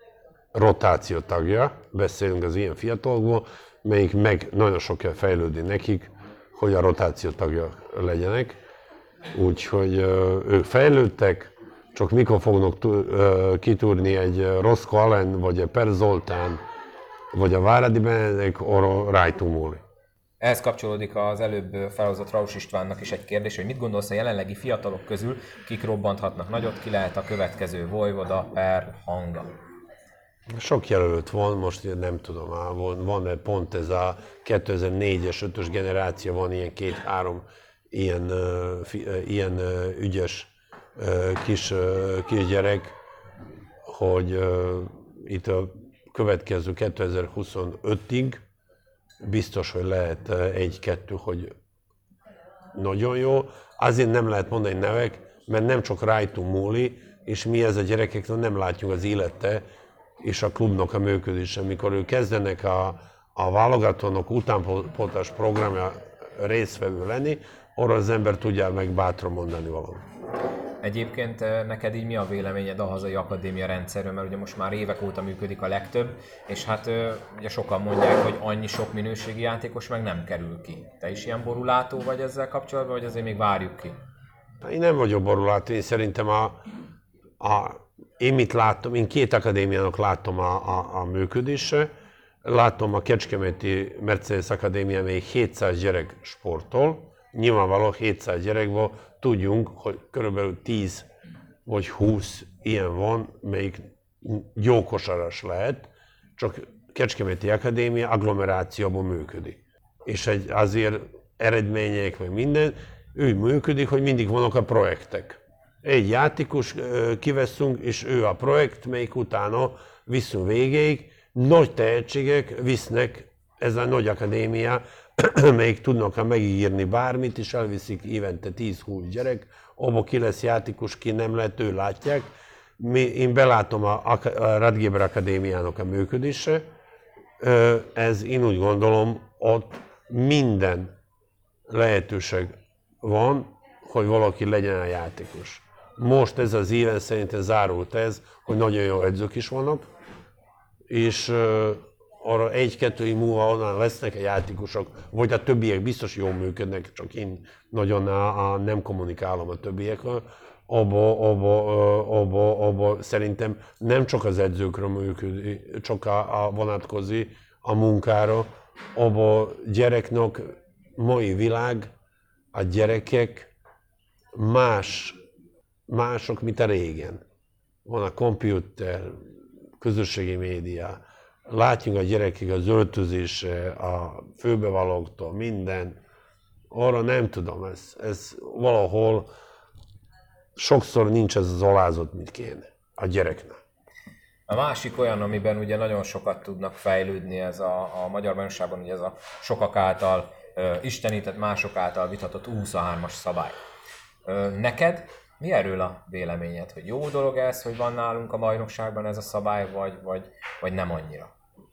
rotáció tagja, beszélünk az ilyen fiatalokból, melyik meg nagyon sok kell fejlődni nekik, hogy a rotáció tagja legyenek. Úgyhogy ők fejlődtek, csak mikor fognak kitúrni egy Roscoe Allen, vagy egy Per Zoltán, vagy a Váradi Benedek, arra rájtunk múlni. Ehhez kapcsolódik az előbb felhozott Raus Istvánnak is egy kérdés, hogy mit gondolsz a jelenlegi fiatalok közül, kik robbanthatnak nagyot, ki lehet a következő Vojvoda, Per, Hanga? Sok jelölt van, most nem tudom, van, van pont ez a kétezer-négyes, ötös generáció, van ilyen két-három ilyen, ilyen ügyes kis, kisgyerek, hogy itt a következő kétezer-huszonötig biztos, hogy lehet egy-kettő, hogy nagyon jó. Azért nem lehet mondani nevek, mert nem csak rajtunk múli, és mi ez a gyerekeknek nem látjuk az élete és a klubnak a működése. Mikor ők kezdenek a, a válogatónak utánpótlás programja résztvevő lenni, arra az ember tudja meg bátran mondani valamit. Egyébként neked így mi a véleményed a hazai akadémia rendszerről, mert ugye most már évek óta működik a legtöbb, és hát ugye sokan mondják, hogy annyi sok minőségi játékos meg nem kerül ki. Te is ilyen borulátó vagy ezzel kapcsolatban, vagy azért még várjuk ki? Én nem vagyok borulátó, én szerintem a, a, én mit látom, én két akadémiának látom a, a, a működése. Látom a Kecskeméti Mercedes Akadémia, még hétszáz gyerek sportol. Nyilvánvalóan hétszáz gyerekből tudjunk, hogy körülbelül tíz vagy húsz ilyen van, melyik jó kosaras lehet, csak Kecskeméti Akadémia agglomerációban működik. És egy, azért eredmények, meg minden, úgy működik, hogy mindig vannak a projektek. Egy játékos kiveszünk, és ő a projekt, melyik utána viszünk végéig. Nagy tehetségek visznek ez a nagy akadémia, melyik tudnak megígérni bármit, és elviszik évente tíz-húsz gyerek, abba ki lesz játékos, ki nem lehet, ő látják. Mi, én belátom a, a Radgeber Akadémiának a működése, ez én úgy gondolom, ott minden lehetőség van, hogy valaki legyen a játékos. Most ez az éven szerintem zárult ez, hogy nagyon jó edzők is vannak, és arra egy-kettő év múlva onnan lesznek a játékosok, vagy a többiek biztos jól működnek, csak én nagyon a, a nem kommunikálom a többiekről, abba, abba, abba, abba szerintem nem csak az edzőkre működik, csak a, a vonatkozik a munkára, abba gyereknek mai világ, a gyerekek más, mások, mint a régen. Van a komputer, közösségi média, látjuk a gyerekek az öltözése, a főbevalóktól, minden. Arra nem tudom, ez, ez valahol sokszor nincs ez az alázat, mint kéne a gyereknek. A másik olyan, amiben ugye nagyon sokat tudnak fejlődni, ez a, a magyar bajnokságban, ugye ez a sokak által ö, istenített, mások által vitatott U huszonhármas szabály. Ö, neked mi erről a véleményed, hogy jó dolog ez, hogy van nálunk a bajnokságban ez a szabály, vagy, vagy, vagy nem annyira?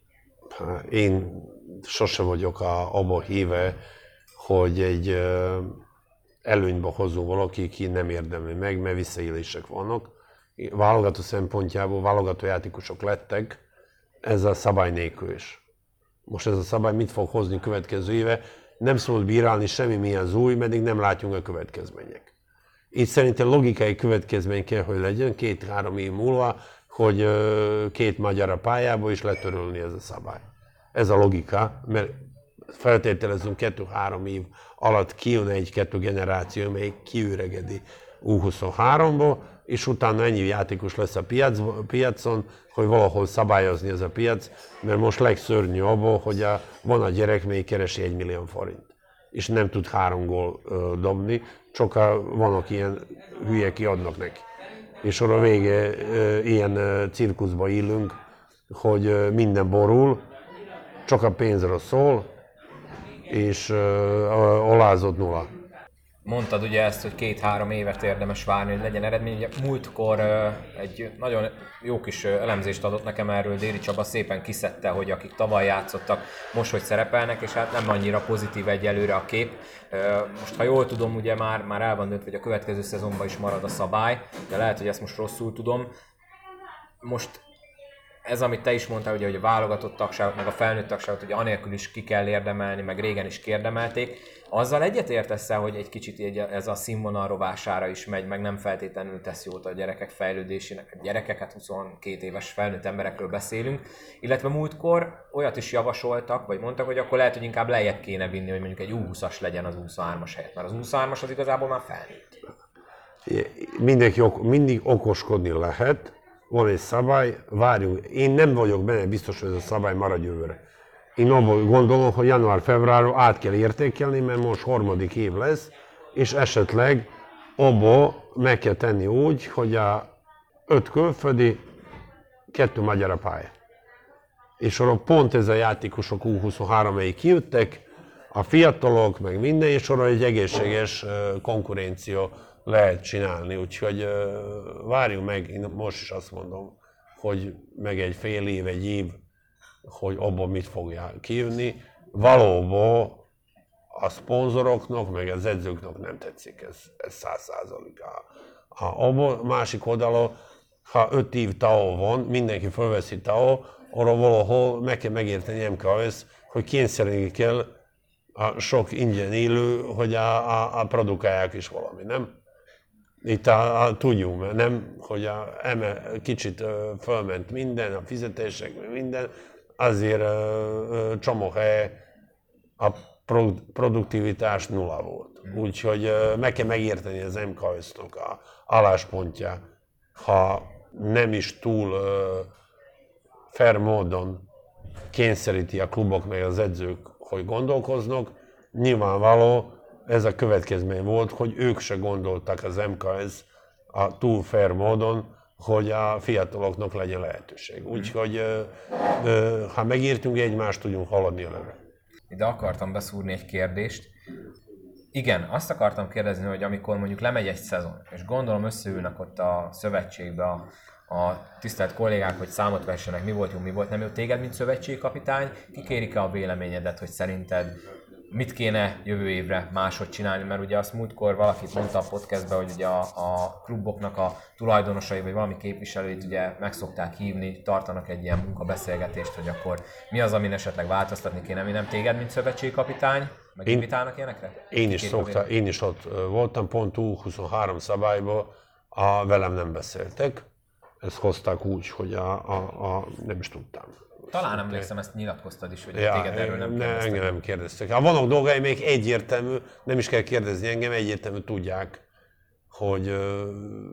Én sose vagyok a, abba híve, hogy egy ö, előnybe hozó valaki, ki nem érdemli meg, mert visszaélések vannak. Válogató szempontjából válogató játékosok lettek, ez a szabály nélkül is. Most ez a szabály mit fog hozni következő éve? Nem szabad bírálni semmi milyen új, meddig nem látjunk a következmények. Itt szerintem logikai következmény kell, hogy legyen két-három év múlva, hogy két magyar a pályába is letörölni ez a szabály. Ez a logika, mert feltételezünk kettő-három év alatt kijön egy-kettő generáció, melyik kiüregedi U huszonháromba, és utána ennyi játékos lesz a piac, piacon, hogy valahol szabályozni ez a piac, mert most legszörnyű abban, hogy a, van a gyerek, mely keresi egy millió forint, és nem tud három gól ö, dobni, csak a, vannak ilyen hülyek, ki adnak neki. És arra vége ö, ilyen ö, cirkuszba illünk, hogy ö, minden borul, csak a pénzről szól, és ö, alázott nulla. Mondtad ugye ezt, hogy két-három évet érdemes várni, hogy legyen eredmény. Ugye múltkor uh, egy nagyon jó kis uh, elemzést adott nekem erről Déri Csaba, szépen kiszedte, hogy akik tavaly játszottak, most hogy szerepelnek, és hát nem annyira pozitív egyelőre a kép. Uh, most ha jól tudom, ugye már, már el van döntve, hogy a következő szezonban is marad a szabály, de lehet, hogy ezt most rosszul tudom. Most ez, amit te is mondtál, ugye, hogy a válogatott tagságot, meg a felnőtt tagságot, ugye anélkül is ki kell érdemelni, meg régen is kiérdemelték. Azzal egyetértesz-e, hogy egy kicsit így ez a színvonal rovására is megy, meg nem feltétlenül tesz jót a gyerekek fejlődésének, a gyerekeket, huszonkét éves felnőtt emberekről beszélünk, illetve múltkor olyat is javasoltak, vagy mondtak, hogy akkor lehet, hogy inkább lejjebb kéne vinni, hogy mondjuk egy U húszas legyen az U huszonhármas helyett, mert az U huszonhármas az igazából már felnőtt. Mindenki, mindig okoskodni lehet, van egy szabály, várjunk. Én nem vagyok benne biztos, hogy ez a szabály marad jövőre. Én abban gondolom, hogy január-februárra át kell értékelni, mert most harmadik év lesz, és esetleg abba meg kell tenni úgy, hogy a öt külföldi, kettő magyar a pálya. És arra pont ez a játékosok U huszonhárom, amelyik kijöttek, a fiatalok, meg minden, és arra egy egészséges konkurencia lehet csinálni, úgyhogy várjunk meg, én most is azt mondom, hogy meg egy fél év, egy év, hogy abban mit fogja kijönni. Valóban a szponzoroknak, meg az edzőknek nem tetszik ez, ez száz százalék. A másik oldalon, ha öt év távol van, mindenki felveszi távol, arra valahol meg kell megérteni em ká es, hogy kényszeríteni kell a sok ingyen élő, hogy a, a, a produkálják is valami, nem? Itt a, a, tudjuk, mert nem, hogy a, eme, kicsit ö, fölment minden, a fizetések, minden, azért ö, csomóhely a pro, produktivitás nulla volt. Úgyhogy ö, meg kell megérteni az em ká es-nak a álláspontja, ha nem is túl ö, fair módon kényszeríti a klubok meg az edzők, hogy gondolkoznak, nyilvánvaló, ez a következmény volt, hogy ők se gondoltak az em ká es a túl fair módon, hogy a fiataloknak legyen lehetőség. Úgyhogy ha megértünk egymást, tudjunk haladni előre. Ide akartam beszúrni egy kérdést. Igen, azt akartam kérdezni, hogy amikor mondjuk lemegy egy szezon, és gondolom összeülnek ott a szövetségbe a, a tisztelt kollégák, hogy számot vessenek, mi volt jó, mi volt nem jó, téged, mint szövetségkapitány, kikérik-e a véleményedet, hogy szerinted mit kéne jövő évre máshogy csinálni, mert ugye azt múltkor valakit mondta a podcastben, hogy ugye a, a kluboknak a tulajdonosai, vagy valami képviselőit ugye meg szokták hívni, tartanak egy ilyen munkabeszélgetést, hogy akkor mi az, amin esetleg változtatni kéne, mi nem téged, mint szövetségkapitány, meg invitálnak ilyenekre? Én is, szokta, én is ott voltam, pont U huszonhárom szabályban, a, velem nem beszéltek. Ezt hozták úgy, hogy a, a, a nem is tudtam. Talán emlékszem, ezt nyilatkoztad is, hogy Ja, téged erről nem ne, kérdeztek. engem nem kérdeztek. Ha vannak dolgai, még egyértelmű, nem is kell kérdezni engem, egyértelmű tudják, hogy ö,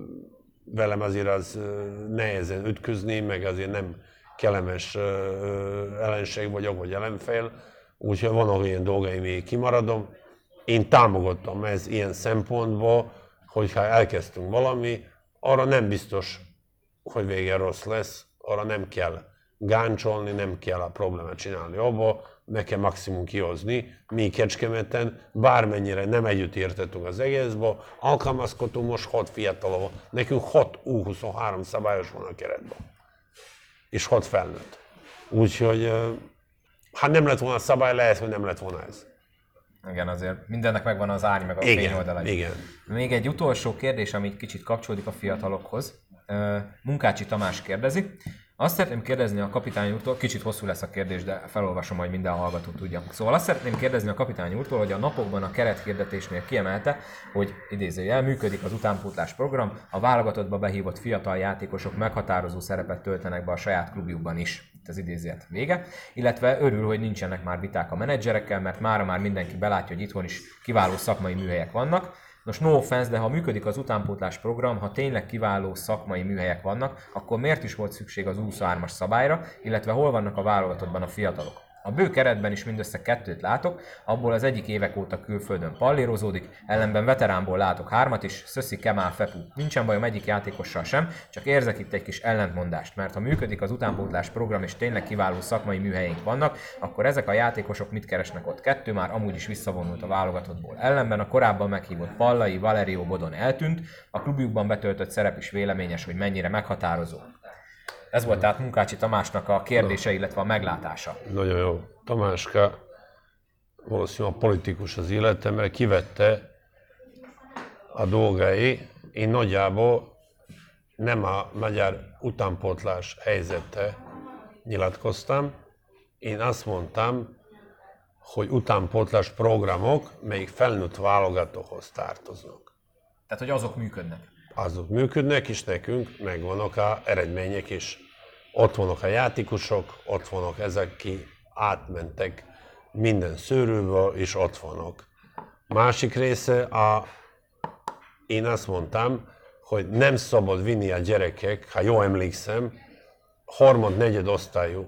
velem azért az ö, nehezen ütközni, meg azért nem kellemes ö, ellenség vagyok, vagy ellenfél. Úgyhogy vannak ilyen dolgai, még kimaradom. Én támogattam ez ilyen szempontból, hogyha elkezdtünk valami, arra nem biztos, hogy vége rossz lesz, arra nem kell gáncsolni, nem kell a problémát csinálni abba, meg kell maximum kihozni. Mi Kecskemeten bármennyire nem együtt értettünk az egészbe, alkalmazkodtunk most hat fiatalova. Nekünk hat U huszonhárom szabályos van a keretben. És hat felnőtt. Úgyhogy, hát nem lett volna a szabály, lehet, hogy nem lett volna ez. Igen, azért mindennek megvan az árny, meg a Igen, fényoldala. igen. Még egy utolsó kérdés, ami kicsit kapcsolódik a fiatalokhoz. Munkácsi Tamás kérdezi. Azt szeretném kérdezni a kapitány úrtól, kicsit hosszú lesz a kérdés, de felolvasom, hogy minden hallgató tudja. Szóval azt szeretném kérdezni a kapitány úrtól, hogy a napokban a kerethirdetésnél kiemelte, hogy idézőjel működik az utánpótlás program, a válogatottba behívott fiatal játékosok meghatározó szerepet töltenek be a saját klubjukban is. Itt az idézet vége. Illetve örül, hogy nincsenek már viták a menedzserekkel, mert mára már mindenki belátja, hogy itthon is kiváló szakmai műhelyek vannak. Nos, no offense, de ha működik az utánpótlás program, ha tényleg kiváló szakmai műhelyek vannak, akkor miért is volt szükség az U huszonhármas szabályra, illetve hol vannak a válogatottban a fiatalok? A bő keretben is mindössze kettőt látok, abból az egyik évek óta külföldön pallérozódik, ellenben veteránból látok hármat is, Szöszi, Kemál, Fepu. Nincsen bajom egyik játékossal sem, csak érzek itt egy kis ellentmondást, mert ha működik az utánpótlás program és tényleg kiváló szakmai műhelyeink vannak, akkor ezek a játékosok mit keresnek ott? Kettő már amúgy is visszavonult a válogatottból. Ellenben a korábban meghívott Pallai, Valerio, Bodon eltűnt, a klubjukban betöltött szerep is véleményes, hogy mennyire meghatározó. Ez volt tehát Munkácsi Tamásnak a kérdése, illetve a meglátása. Nagyon jó. Tamáska valószínűleg a politikus az élete, mert kivette a dolgai. Én nagyjából nem a magyar utánpótlás helyzete nyilatkoztam. Én azt mondtam, hogy utánpótlás programok, melyik felnőtt válogatóhoz tartoznak. Tehát, hogy azok működnek. Azok működnek, és nekünk megvannak az eredmények is. Ott vannak a játékosok, ott vannak ezek, ki átmentek minden szőrőből, és ott vannak. Másik része, a, én azt mondtam, hogy nem szabad vinni a gyerekek, ha jól emlékszem, harmad-negyed osztályú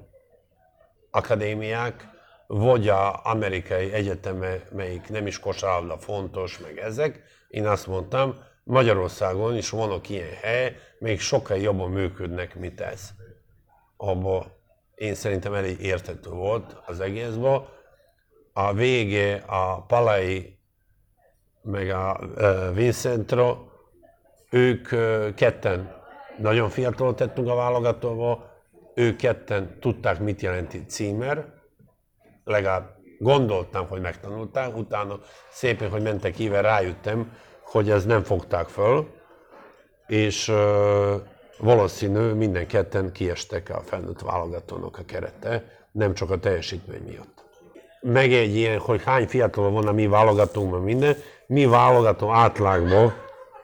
akadémiák, vagy az amerikai egyeteme, melyik nem is kosárlabda fontos, meg ezek. Én azt mondtam, Magyarországon is vannak ilyen hely, még sokkal jobban működnek, mint ez. Abba én szerintem elég érthető volt az egészben. A vége a Palai meg a Vincentra, ők ketten nagyon fiatal tettünk a válogatóba, ők ketten tudták, mit jelenti címer, legalább gondoltam, hogy megtanulták, utána szépen, hogy mentek éve, rájöttem, hogy ezt nem fogták föl, és uh, valószínű minden ketten kiestek a felnőtt válogatónak a kerete, nem csak a teljesítmény miatt. Meg egy ilyen, hogy hány fiatal van a mi válogatónkban minden, mi válogató átlagban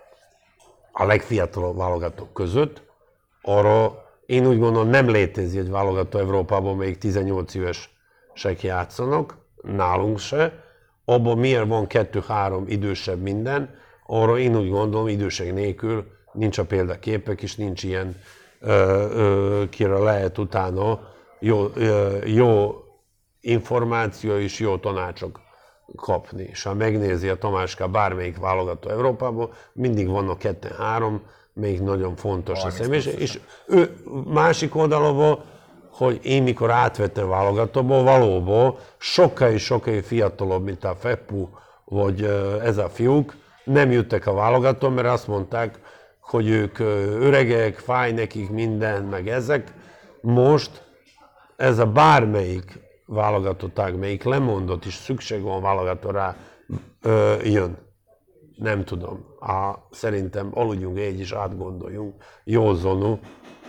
a legfiatalabb válogatók között, arra én úgy gondolom nem létezik egy válogató Európában, még tizennyolc évesek játszanak, nálunk se, abban miért van kettő-három idősebb minden, arra én úgy gondolom, időség nélkül nincs a példaképek, és nincs ilyen, ö, ö, kire lehet utána jó, ö, jó információ és jó tanácsok kapni. És ha megnézi a Tamáska bármelyik válogató Európában, mindig vannak ketten-három, még nagyon fontos a személy. És ő másik oldalon, hogy én mikor átvettem válogatóból, valóban sokkal sokkal fiatalabb, mint a Fepu, vagy ez a fiúk, nem jöttek a válogatón, mert azt mondták, hogy ők öregek, fáj nekik minden, meg ezek. Most ez a bármelyik válogatótág, melyik lemondott, és szükség van válogatóra, jön. Nem tudom. A, szerintem aludjunk egy is, átgondoljunk. Józanul.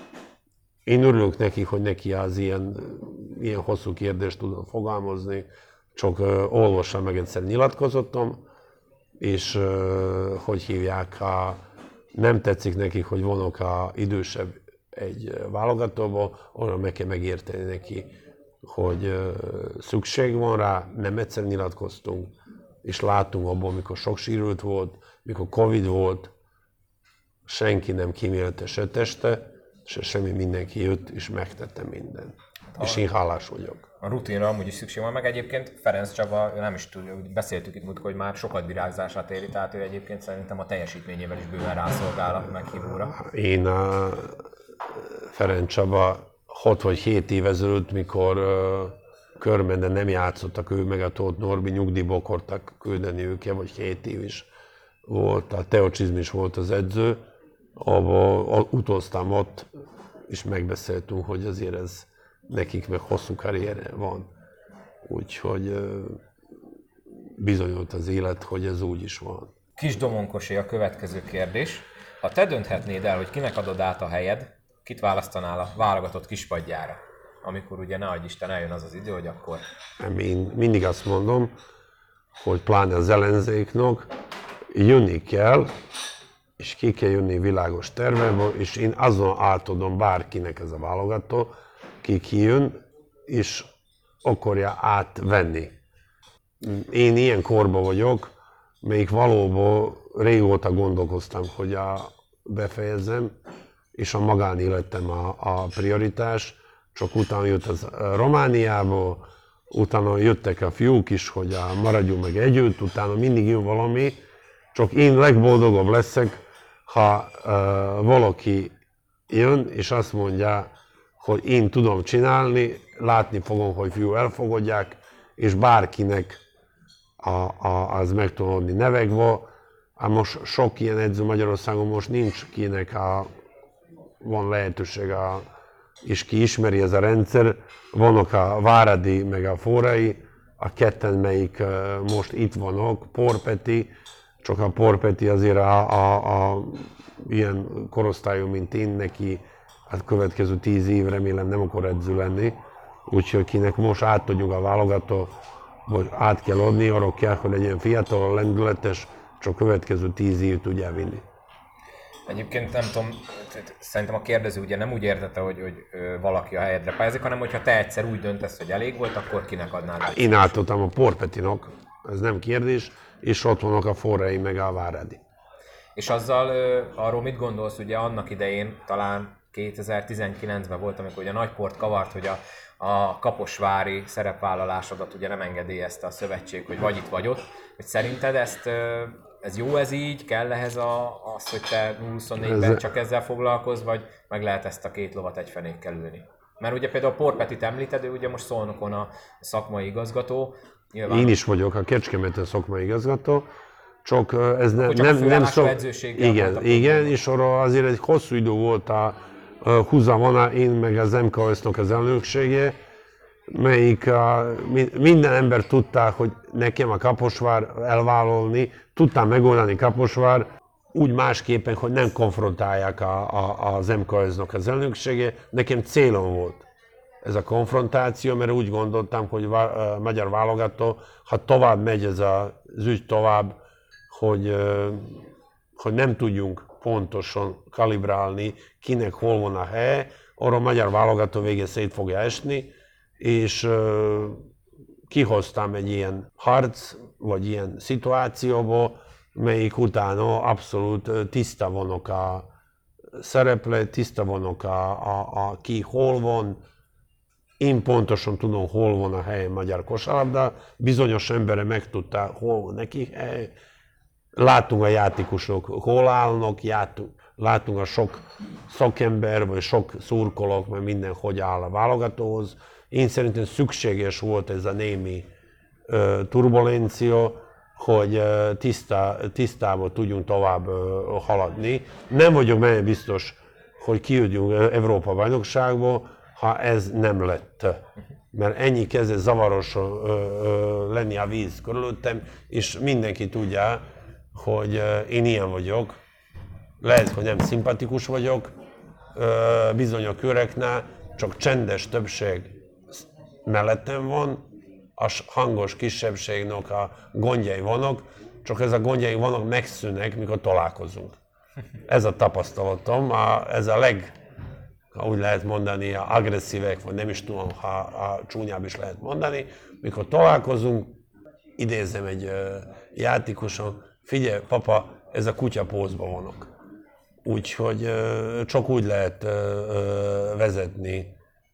Én örülök neki, hogy neki az ilyen, ilyen hosszú kérdést tudom fogalmazni, csak uh, olvassam meg egyszer nyilatkozottam, és uh, hogy hívják, a, nem tetszik nekik, hogy vannak a idősebb egy válogatóba, arra meg kell megérteni neki, hogy szükség van rá, nem egyszer nyilatkoztunk, és láttunk abból, mikor sok sérült volt, mikor Covid volt, senki nem kímélte se teste, se semmi, mindenki jött, és megtette mindent. A, és én hálás vagyok. A rutinra amúgy is szükség van, meg egyébként Ferenc Csaba, nem is tudja, beszéltük itt múltkor, hogy már sokat virágzását éri, tehát ő egyébként szerintem a teljesítményével is bőven rászolgál a meghívóra. Én a Ferenc Csaba hat vagy hét év ezelőtt, mikor uh, Körmenden nem játszottak, ő meg a Tóth Norbi nyugdíjba akartak küldeni őket, vagy hét év is volt, a Teocsizm is volt az edző, ahol utaztam ott, és megbeszéltünk, hogy azért ez nekik meg hosszú karriere van. Úgyhogy uh, bizonyult az élet, hogy ez úgy is van. Kis Domonkosé a következő kérdés. Ha te dönthetnéd el, hogy kinek adod át a helyed, kit választanál a válogatott kispadjára? Amikor ugye ne adj Isten, eljön az az idő, hogy akkor... Én mindig azt mondom, hogy pláne az ellenzéknek jönni kell, és ki kell jönni világos terveből, és én azon átadom bárkinek ez a válogató, ki kijön, és akarja átvenni. Én ilyen korban vagyok, melyik valóban régóta gondolkoztam, hogy a befejezem, és a magánéletem a, a prioritás, csak utána jött az Romániából, utána jöttek a fiúk is, hogy a maradjunk meg együtt, utána mindig jön valami, csak én legboldogabb leszek, ha uh, valaki jön, és azt mondja, hogy én tudom csinálni, látni fogom, hogy fiú elfogadják, és bárkinek a, a, az meg tudom adni nevekbe. Hát most sok ilyen edző Magyarországon most nincs, kinek a, van lehetőség, a, és ki ismeri ez a rendszer. Vannak a Váradi meg a Forrai, a ketten, melyik uh, most itt vannak, Porpeti, csak a Porpeti azért a, a, a ilyen korosztályú, mint én, neki a következő tíz év remélem nem akar edző lenni, úgyhogy kinek most átadjuk a válogató, vagy át kell adni, arra kell, hogy legyen fiatal, lendületes, csak a következő tíz év tudja vinni. Egyébként nem tudom, szerintem a kérdező ugye nem úgy értette, hogy, hogy valaki a helyedre pályázik, hanem hogyha te egyszer úgy döntesz, hogy elég volt, akkor kinek adnál át? Én átadtam a Porpetinak, ez nem kérdés, és ott vannak a Forrai meg a Váradi. És azzal arról mit gondolsz, ugye annak idején talán kétezer-tizenkilencben volt, amikor ugye a Nagyport kavart, hogy a, a kaposvári szerepvállalásodat ugye nem engedélyezte a szövetség, hogy vagy itt vagy ott. Hogy szerinted ezt, ez jó ez így? Kell ehhez a, az, hogy te huszonnégyben csak ezzel foglalkozz, vagy meg lehet ezt a két lovat egy fenékkel ülni? Mert ugye például a Porpetit említed, ő ugye most Szolnokon a szakmai igazgató. Nyilván... Én is vagyok a Kecskemeten szakmai igazgató, csak ez ne, csak nem, nem szok... Igen, igen, és arra azért egy hosszú idő volt a húzavona, én meg az em ká es-nak az elnöksége, melyik a, minden ember tudta, hogy nekem a Kaposvár elvállalni, tudtam megoldani Kaposvár úgy másképpen, hogy nem konfrontálják a, a, az em ká es-nak az elnöksége. Nekem célom volt ez a konfrontáció, mert úgy gondoltam, hogy a magyar válogató, ha tovább megy ez az ügy tovább, hogy, hogy nem tudjunk pontosan kalibrálni, kinek hol van a hely, arra a magyar válogató végén szét fogja esni, és kihoztam egy ilyen harc, vagy ilyen szituációba, melyik utána abszolút tiszta vannak a szereplő, tiszta vannak a, a, a ki hol van. Én pontosan tudom, hol van a hely magyar kosárlabda, bizonyos emberek megtudták, hol van neki hely. Látunk a játékosok, hol állnak, játunk, látunk a sok szakember, vagy sok szurkolók, mert minden hogy áll a válogatóhoz. Én szerintem szükséges volt ez a némi uh, turbulencia, hogy uh, tiszta, tisztában tudjunk tovább uh, haladni. Nem vagyok benne biztos, hogy kijöjjünk Európa bajnokságból, ha ez nem lett. Mert ennyi kezdett zavaros uh, uh, lenni a víz körülöttem, és mindenki tudja, hogy uh, én ilyen vagyok. Lehet, hogy nem szimpatikus vagyok uh, bizonyos köreknál, csak csendes többség mellettem van, a hangos kisebbségnek a gondjai vannak, csak ez a gondjai vannak megszűnnek, mikor találkozunk. Ez a tapasztalatom, a, ez a leg, ha úgy lehet mondani, a agresszívek, vagy nem is tudom, ha a csúnyább is lehet mondani, mikor találkozunk, idézem egy uh, játékoson, figyelj, papa, ez a kutya pózban vanok. Úgyhogy uh, csak úgy lehet uh, uh, vezetni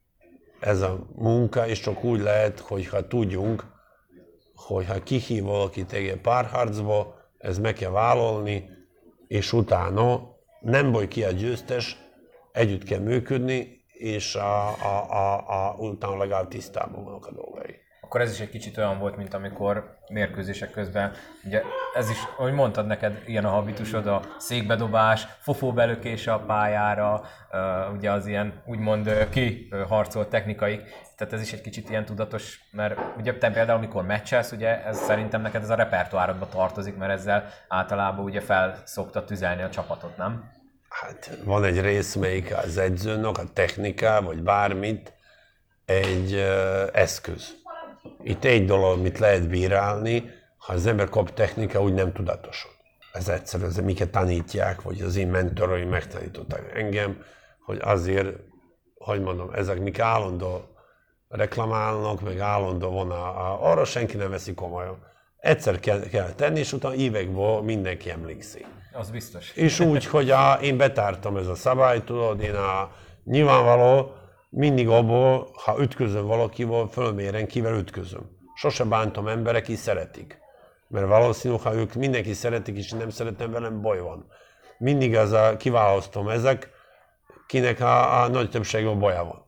ez a munka, és csak úgy lehet, hogyha tudjunk, hogyha kihív valakit egy párharcba, ez meg kell vállalni, és utána nem baj ki a győztes, együtt kell működni, és a, a, a, a, utána legalább tisztában vannak a dolgai. Akkor ez is egy kicsit olyan volt, mint amikor mérkőzések közben, ugye ez is, ahogy mondtad neked, ilyen a habitusod, a székbedobás, fofóbelökése a pályára, ugye az ilyen úgymond kiharcolt technikaik, tehát ez is egy kicsit ilyen tudatos, mert ugye te például amikor meccselsz, ugye ez szerintem neked ez a repertoárodba tartozik, mert ezzel általában ugye fel szoktad tüzelni a csapatot, nem? Hát van egy rész, melyik az edzőnek, a technika, vagy bármit, egy uh, eszköz. Itt egy dolog, amit lehet bírálni, ha az ember kap technika, úgy nem tudatosan. Ez egyszerű, ez miket tanítják, vagy az én mentoraim megtanították engem, hogy azért, hogy mondom, ezek mik állandó reklamálnak, meg állandó van, a, a, arra senki nem veszi komolyan. Egyszer kell, kell tenni, és utána évekből mindenki emlékszik. Az biztos. És úgy, hogy a, én betártam ez a szabályt, tudod, én a, nyilvánvaló, mindig abból, ha ütközöm valakivel, fölmérem, kivel ütközöm. Sose bántom emberek, ki szeretik. Mert valószínű, ha ők mindenki szeretik, és nem szeretem velem, baj van. Mindig az a, kiválasztom ezek, kinek a, a nagy többségben baja van.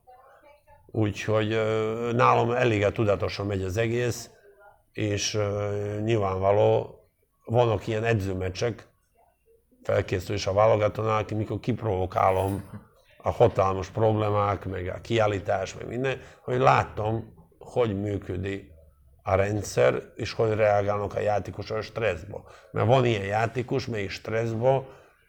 Úgyhogy nálam elég tudatosan megy az egész, és nyilvánvaló, vannak ilyen edzőmeccsek, felkészülés a válogatónál, mikor kiprovokálom a hatalmas problémák, meg a kiállítás, meg minden, hogy láttam, hogy működik a rendszer, és hogy reagálnak a játékosok a stresszba. Mert van ilyen játékos, melyik stresszba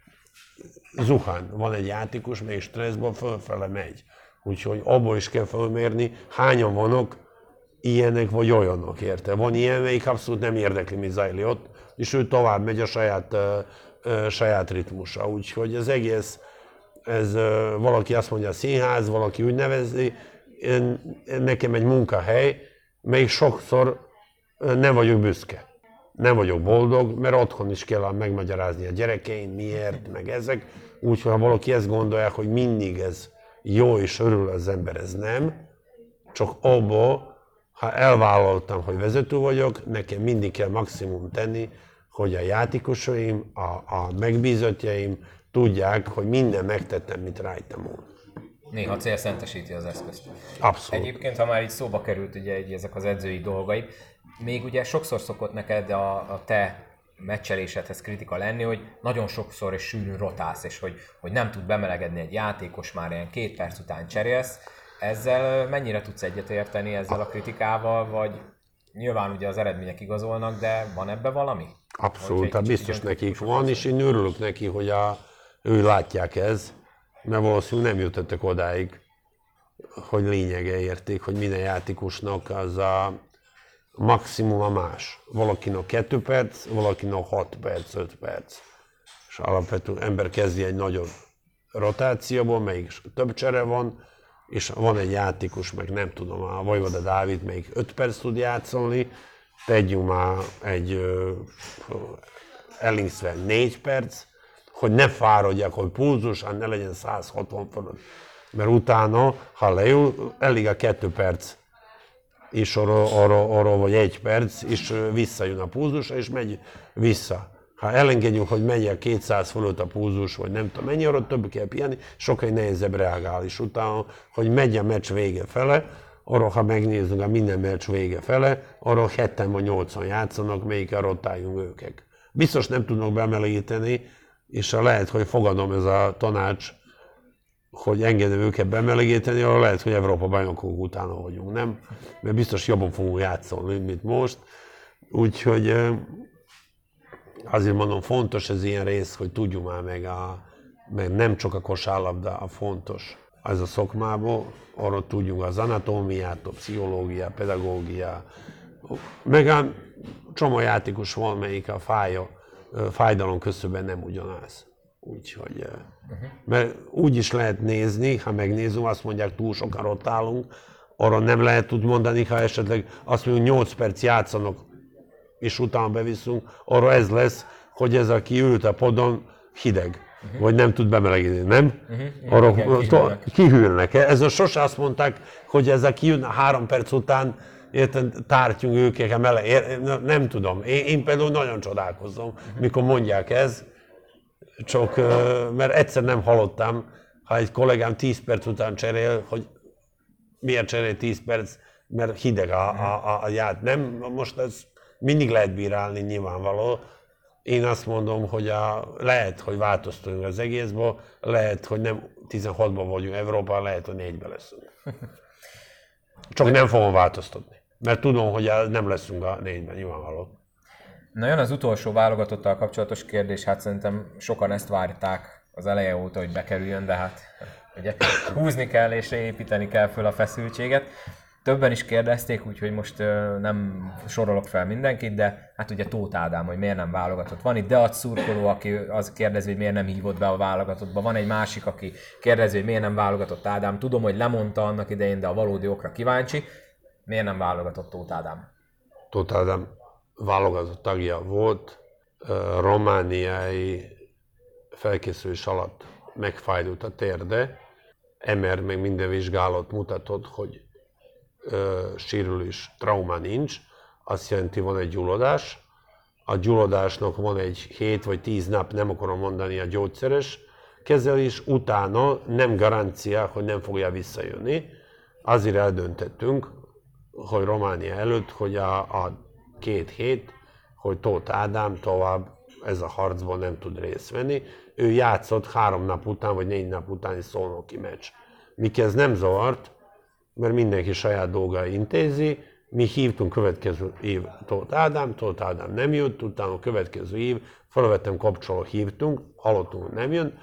zuhan. Van egy játékos, melyik stresszba fölfele megy. Úgyhogy abból is kell felmérni, hányan vannak ilyenek vagy olyanok, érte? Van ilyen, melyik abszolút nem érdekli, mi zajlik ott, és ő tovább megy a saját, uh, uh, saját ritmusa. Úgyhogy az egész, ez uh, valaki azt mondja a színház, valaki úgy nevezi, én, nekem egy munkahely, melyik sokszor uh, nem vagyok büszke. Nem vagyok boldog, mert otthon is kell megmagyarázni a gyerekeim, miért, meg ezek. Úgyhogy ha valaki ezt gondolja, hogy mindig ez jó és örül az ember, ez nem. Csak abból, ha elvállaltam, hogy vezető vagyok, nekem mindig kell maximum tenni, hogy a játékosaim, a, a megbízottjaim tudják, hogy minden megtettem, mit rajtam volna. Néha cél szentesíti az eszközt. Abszolút. Egyébként, ha már így szóba került ugye egy, ezek az edzői dolgai, még ugye sokszor szokott neked a, a te meccselésedhez kritika lenni, hogy nagyon sokszor és sűrűn rotálsz, és hogy, hogy nem tud bemelegedni egy játékos, már ilyen két perc után cserélsz. Ezzel mennyire tudsz egyetérteni ezzel a kritikával, vagy nyilván ugye az eredmények igazolnak, de van ebbe valami? Abszolút, hát biztos nekik van, és én örülök neki, hogy a, ő látják ez, mert valószínűleg nem jutottak odáig, hogy lényege érték, hogy minden játékosnak az a maximum a más. Valakinek kettő perc, valakinek hat perc, öt perc. És alapvetően ember kezdi egy nagyon rotációból, melyik több csere van, és van egy játékos, meg nem tudom, a Vojvoda Dávid, melyik öt perc tud játszani, tegyünk már egy Ellingsven négy perc, hogy ne fáradjak, hogy pulzusan ne legyen száz hatvan fölött. Mert utána, ha leül, elég a kettő perc, és arra, arra, arra vagy egy perc, és visszajön a pulzusra, és megy vissza. Ha elengedjük, hogy megy a kétszáz fölött a pulzus, vagy nem tudom mennyi, arra több kell pihenni, sokkal nehezebb reagál. És utána, hogy megy a meccs vége fele, arra, ha megnézzük a minden meccs vége fele, arra heten vagy nyolcan játszanak, melyikkel rotáljunk őket. Biztos nem tudnak bemelegíteni, és lehet, hogy fogadom ez a tanács, hogy engedem őket bemelegíteni, arra lehet, hogy Európa bajnokok utána vagyunk, nem? Mert biztos jobban fogunk játszani, mint most. Úgyhogy azért mondom, fontos ez ilyen rész, hogy tudjuk már meg, a, meg nem csak a kosárlabda a fontos. Ez a szakmából, arra tudjuk az anatómiát, a pszichológiát, pedagógiát, meg a csomó játékos van, melyik a fája, fájdalom közben nem ugyanaz. Úgyhogy, uh-huh. mert úgy is lehet nézni, ha megnézünk, azt mondják, túl sokan rotálunk, arra nem lehet tud mondani, ha esetleg azt mondjuk nyolc perc játszanak, és utána beviszünk, arra ez lesz, hogy ez, aki ült a podon, hideg, uh-huh. vagy nem tud bemelegíteni, nem? Uh-huh. Arra kihűlnek. kihűlnek. Ez a sose azt mondták, hogy ez, aki jön három perc után, érted, tártyunk őket meleg, nem tudom. Én, én például nagyon csodálkozom, uh-huh. mikor mondják ez, csak mert egyszer nem hallottam, ha egy kollégám tíz perc után cserél, hogy miért cserél tíz perc, mert hideg a, a, a, a ját. Nem, most ez mindig lehet bírálni, nyilvánvaló. Én azt mondom, hogy a, lehet, hogy változtunk az egészből, lehet, hogy nem tizenhatban vagyunk Európában, lehet, hogy négyben leszünk. Csak nem fogom változtatni, mert tudom, hogy nem leszünk a négyben, nyilvánvaló. Na jön az utolsó válogatottal kapcsolatos kérdés, hát szerintem sokan ezt várták az eleje óta, hogy bekerüljön, de hát ugye húzni kell és építeni kell föl a feszültséget. Többen is kérdezték, úgyhogy most nem sorolok fel mindenkit, de hát ugye Tóth Ádám, hogy miért nem válogatott. Van itt Deac szurkoló, aki az kérdezi, hogy miért nem hívott be a válogatottba. Van egy másik, aki kérdezi, hogy miért nem válogatott Ádám. Tudom, hogy lemondta annak idején, de a valódi okra kíváncsi. Miért nem válogatott Tóth Ádám? Tóth Ádám válogatott tagja volt, romániai felkészülés alatt megfájdult a térde, em er meg minden vizsgálat mutatott, hogy ö, sérülés, trauma nincs, azt jelenti, van egy gyulladás. A gyulladásnak van egy hét vagy tíz nap, nem akarom mondani, a gyógyszeres kezelés, utána nem garancia, hogy nem fogja visszajönni. Azért eldöntettünk, hogy Románia előtt, hogy a, a két hét, hogy Tóth Ádám tovább ez a harcban nem tud részt venni. Ő játszott három nap után, vagy négy nap utáni szolnoki meccs. Míg ez nem zavart, mert mindenki saját dolgai intézi, mi hívtunk következő év Tóth Ádám, Tóth Ádám nem jött, utána a következő év felvettem kapcsoló, hívtunk, hallottunk, hogy nem jön,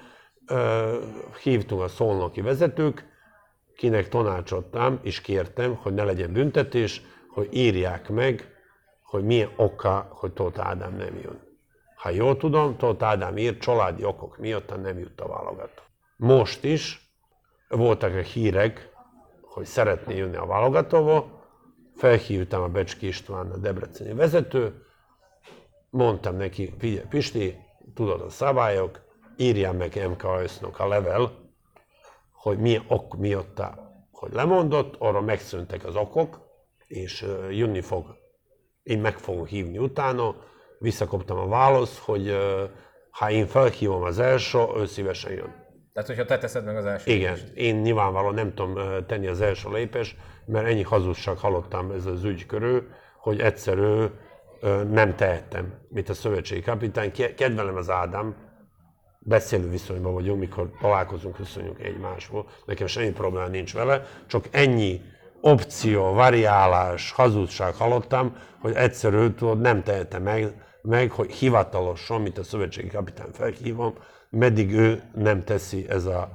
hívtunk a szolnoki vezetők, kinek tanácsottam, és kértem, hogy ne legyen büntetés, hogy írják meg, hogy milyen oka, hogy Tóth Ádám nem jön. Ha jól tudom, Tóth Ádám írt, családi okok miatt nem jut a válogató. Most is voltak a hírek, hogy szeretné jönni a válogatóba, felhívtam a Becski István, a debreceni vezető, mondtam neki, figyelj Pisti, tudod a szabályok, írjál meg em ká es-nak a level, hogy milyen ok miatt, hogy lemondott, arra megszűntek az okok, és jönni fog. Én meg fogom hívni utána, visszakaptam a választ, hogy ha én felhívom az első, ő szívesen jön. Tehát, hogyha te teszed meg az első Igen, lépést. én nyilvánvalóan nem tudom tenni az első lépést, mert ennyi hazugság hallottam ez az ügy körül, hogy egyszerű nem tehettem, mint a szövetségi kapitány. Kedvelem az Ádám, beszélő viszonyban vagyunk, mikor találkozunk, viszonyunk egymásból. Nekem semmi probléma nincs vele, csak ennyi opció, variálás, hazugság hallottam, hogy egyszerű tudod, nem tehetem meg, meg, hogy hivatalosan, mint a szövetségi kapitány felhívom, meddig ő nem teszi ez a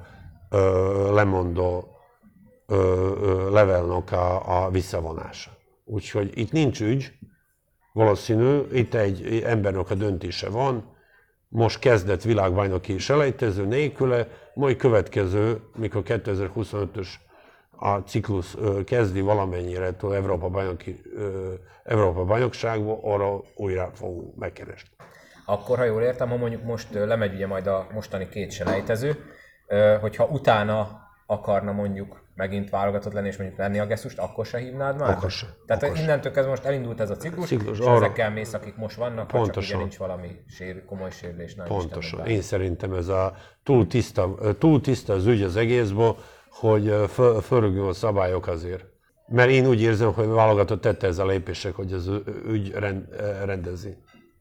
ö, lemondó ö, ö, levelnek a, a visszavonása. Úgyhogy itt nincs ügy, valószínű, itt egy embernek a döntése van, most kezdett világbajnoki selejtező nélküle, majd következő, mikor kétezer-huszonötös a ciklus ö, kezdi valamennyire túl Európa, bajnoki, ö, Európa bajnokságba, arra újra fogunk megkeresni. Akkor, ha jól értem, ha mondjuk most lemegy ugye majd a mostani két selejtező, hogyha utána akarna mondjuk megint válogatott lenni és mondjuk lenni a gesztust, akkor se hívnád már? Akkor se. Tehát akkor innentől kezdve most elindult ez a ciklus, ciklus és arra... ezekkel mész, akik most vannak, ha csak ugye nincs valami sér, komoly sérülés. Pontosan. Én szerintem ez a túl tiszta, túl tiszta az ügy az egészből, hogy fölrögjön a szabályok azért. Mert én úgy érzem, hogy válogatott tette ez a lépések, hogy az ügy rend, rendezi.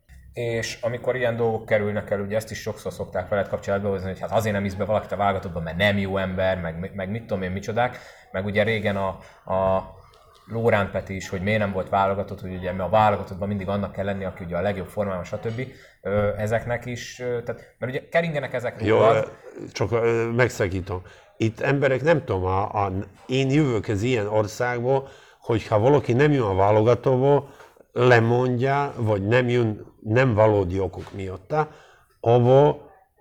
És amikor ilyen dolgok kerülnek el, ugye ezt is sokszor szokták veled kapcsolatba hozni, hogy hát azért nem hisz be valakit a válogatottban, mert nem jó ember, meg, meg mit tudom én micsodák, meg ugye régen a, a Lórán Peti is, hogy miért nem volt válogatott, hogy ugye a válogatottban mindig annak kell lenni, aki ugye a legjobb formában, stb. Ezeknek is, tehát, mert ugye keringenek ezek rólad. Jó, csak megszakítom. Itt emberek, nem tudom, a, a, én jövök az ilyen országból, hogyha valaki nem jön a válogatóba, lemondja, vagy nem jön, nem valódi okok miatt, abba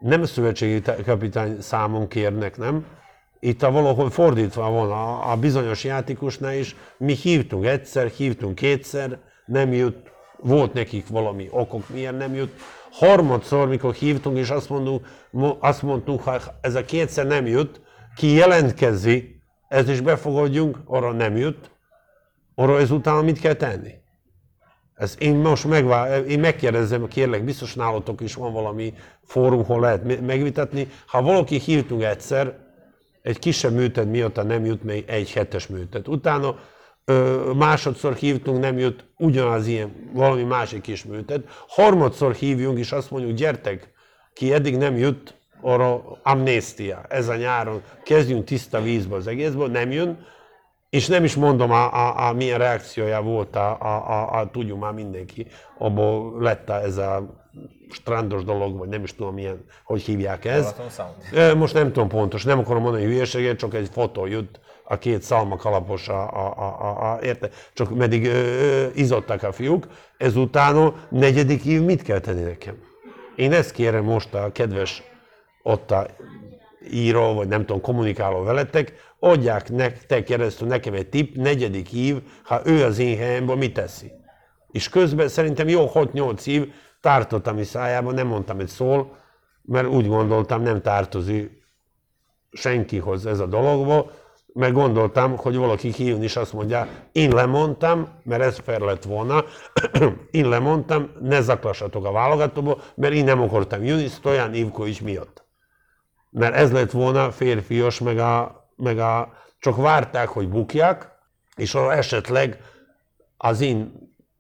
nem szövetségi kapitány számon kérnek, nem? Itt a valahol fordítva van, a, a bizonyos játékosnál is, mi hívtunk egyszer, hívtunk kétszer, nem jött, volt nekik valami okok, miért nem jött. Harmadszor, mikor hívtunk, és azt, mondunk, azt mondtuk, ha ez a kétszer nem jött, ki jelentkezzi, ezt is befogadjunk, arra nem jött, arra ezután mit kell tenni? Ezt én most megvá- én megkérdezem, kérlek, biztos nálatok is van valami fórum, hol lehet megvitatni. Ha valaki hívtunk egyszer, egy kisebb műtét miatt nem jut még egy hetes műtét. Utána ö, másodszor hívtunk, nem jött ugyanaz ilyen, valami másik kis műtét. Harmadszor hívjunk, és azt mondjuk, gyertek, ki eddig nem jött, arra amnésztia. Ez a nyáron kezdjünk tiszta vízbe az egészből, nem jön. És nem is mondom, a, a, a milyen reakciója volt, a, a, a, a, tudjuk már mindenki, abból lett ez a strandos dolog, vagy nem is tudom milyen, hogy hívják ez. Most nem tudom pontos, nem akarom mondani hülyeséget, csak egy fotó jött, a két szalma kalapos, a, a, a, a, érte? Csak meddig ö, ö, izottak a fiúk, ezután a negyedik év mit kell tenni nekem? Én ezt kérem most a kedves ott a író, vagy nem tudom, kommunikáló veletek, adják nektek keresztül nekem egy tipp, negyedik év, ha ő az én helyemben mit teszi. És közben szerintem jó hat-nyolc év tartottam is szájában, nem mondtam egy szól, mert úgy gondoltam, nem tartozik senkihoz ez a dologba, mert gondoltam, hogy valaki hívni is azt mondja, én lemondtam, mert ez fel lett volna, én lemondtam, ne zaklassatok a válogatóba, mert én nem akartam jönni, Stojan Ivkovics miatt. Mert ez lett volna férfias, meg a, meg a, csak várták, hogy bukják, és esetleg az én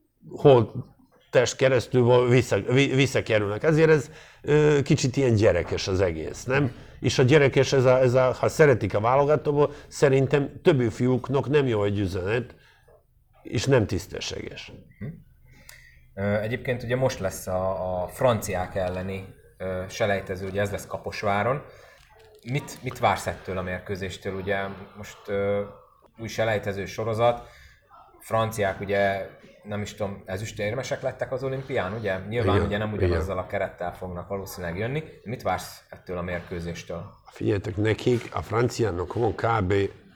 holttest keresztül vissza, visszakerülnek. Ezért ez ö, kicsit ilyen gyerekes az egész, nem? És a gyerekes, ez a, ez a, ha szeretik a válogatóba, szerintem többi fiúknak nem jó egy üzenet, és nem tisztességes. Egyébként ugye most lesz a, a franciák elleni ö, selejtező, ugye ez lesz Kaposváron. Mit, mit vársz ettől a mérkőzéstől? Ugye most ö, új selejtező sorozat, franciák ugye nem is tudom, ezüstérmesek lettek az olimpián, ugye? Nyilván igen, ugye nem ugyanazzal a kerettel fognak valószínűleg jönni. Mit vársz ettől a mérkőzéstől? Figyeljetek, nekik, a franciának van kb.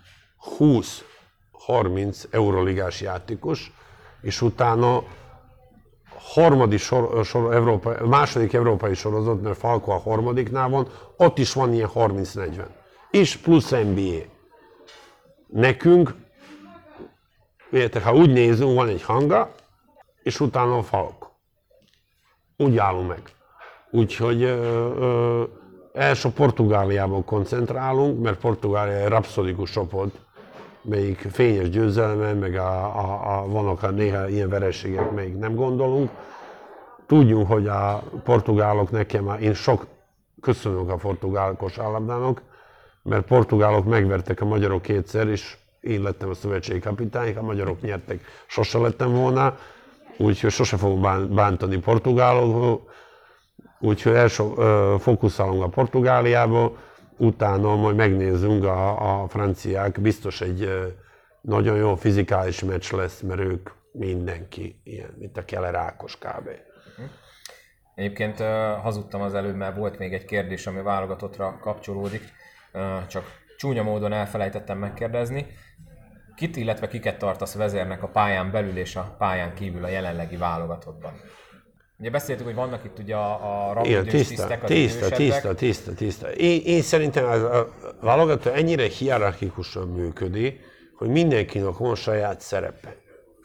húsz-harminc euroligás játékos, és utána harmadik sor, sor, Európa, második európai sorozat, mert Falco a harmadiknál van, ott is van ilyen harminc-negyven. És plusz en bé á. Nekünk, értek, ha úgy nézünk, van egy hanga, és utána a Falco. Úgy állunk meg. Úgyhogy ö, ö, első Portugáliában koncentrálunk, mert Portugália egy rapszodikus csoport, melyik fényes győzelme, meg a, a, a, vannak a néha ilyen vereségek, melyik nem gondolunk. Tudjuk, hogy a portugálok nekem, én sok köszönök a portugál kosárlabdának, mert portugálok megvertek a magyarok kétszer, és én lettem a szövetségi kapitány, a magyarok nyertek, sose lettem volna, úgyhogy sose fogom bántani portugálok, úgyhogy első uh, fókuszálunk a Portugáliába, utána majd megnézzünk a, a franciák, biztos egy uh, nagyon jó fizikális meccs lesz, mert ők mindenki ilyen, mint a Keller Ákos kb. Egyébként uh, hazudtam az előbb, mert volt még egy kérdés, ami válogatottra kapcsolódik, uh, csak csúnya módon elfelejtettem megkérdezni. Kit, illetve kiket tartasz vezérnek a pályán belül és a pályán kívül a jelenlegi válogatottban? Ugye beszéltük, hogy vannak itt ugye a, a rabidős tisztek, az tiszta, tiszta, tiszta, tiszta. Én, én szerintem a, a válogató ennyire hierarchikusan működik, hogy mindenkinek van saját szerepe.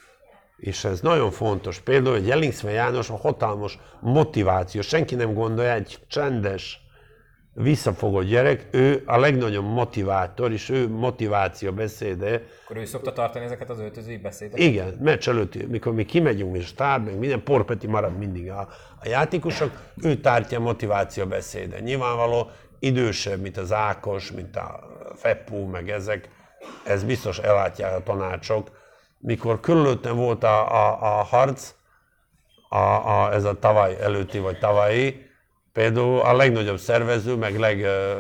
És ez nagyon fontos. Például egy Ellingsman János a hatalmas motiváció. Senki nem gondolja, egy csendes, visszafogott gyerek, ő a legnagyobb motivátor, és ő motiváció beszéde. Akkor ő szokta tartani ezeket az öltözői beszédeket? Igen, meccs előtt, mikor mi kimegyünk, és tár, meg minden, Porpeti marad mindig a, a játékosok, ő tártja a motiváció beszéde. Nyilvánvaló idősebb, mint az Ákos, mint a Feppu, meg ezek, ez biztos ellátják a tanácsok. Mikor körülöttem volt a, a, a harc, a, a, ez a tavaly előtti, vagy tavalyi, például a legnagyobb szervező, meg leg,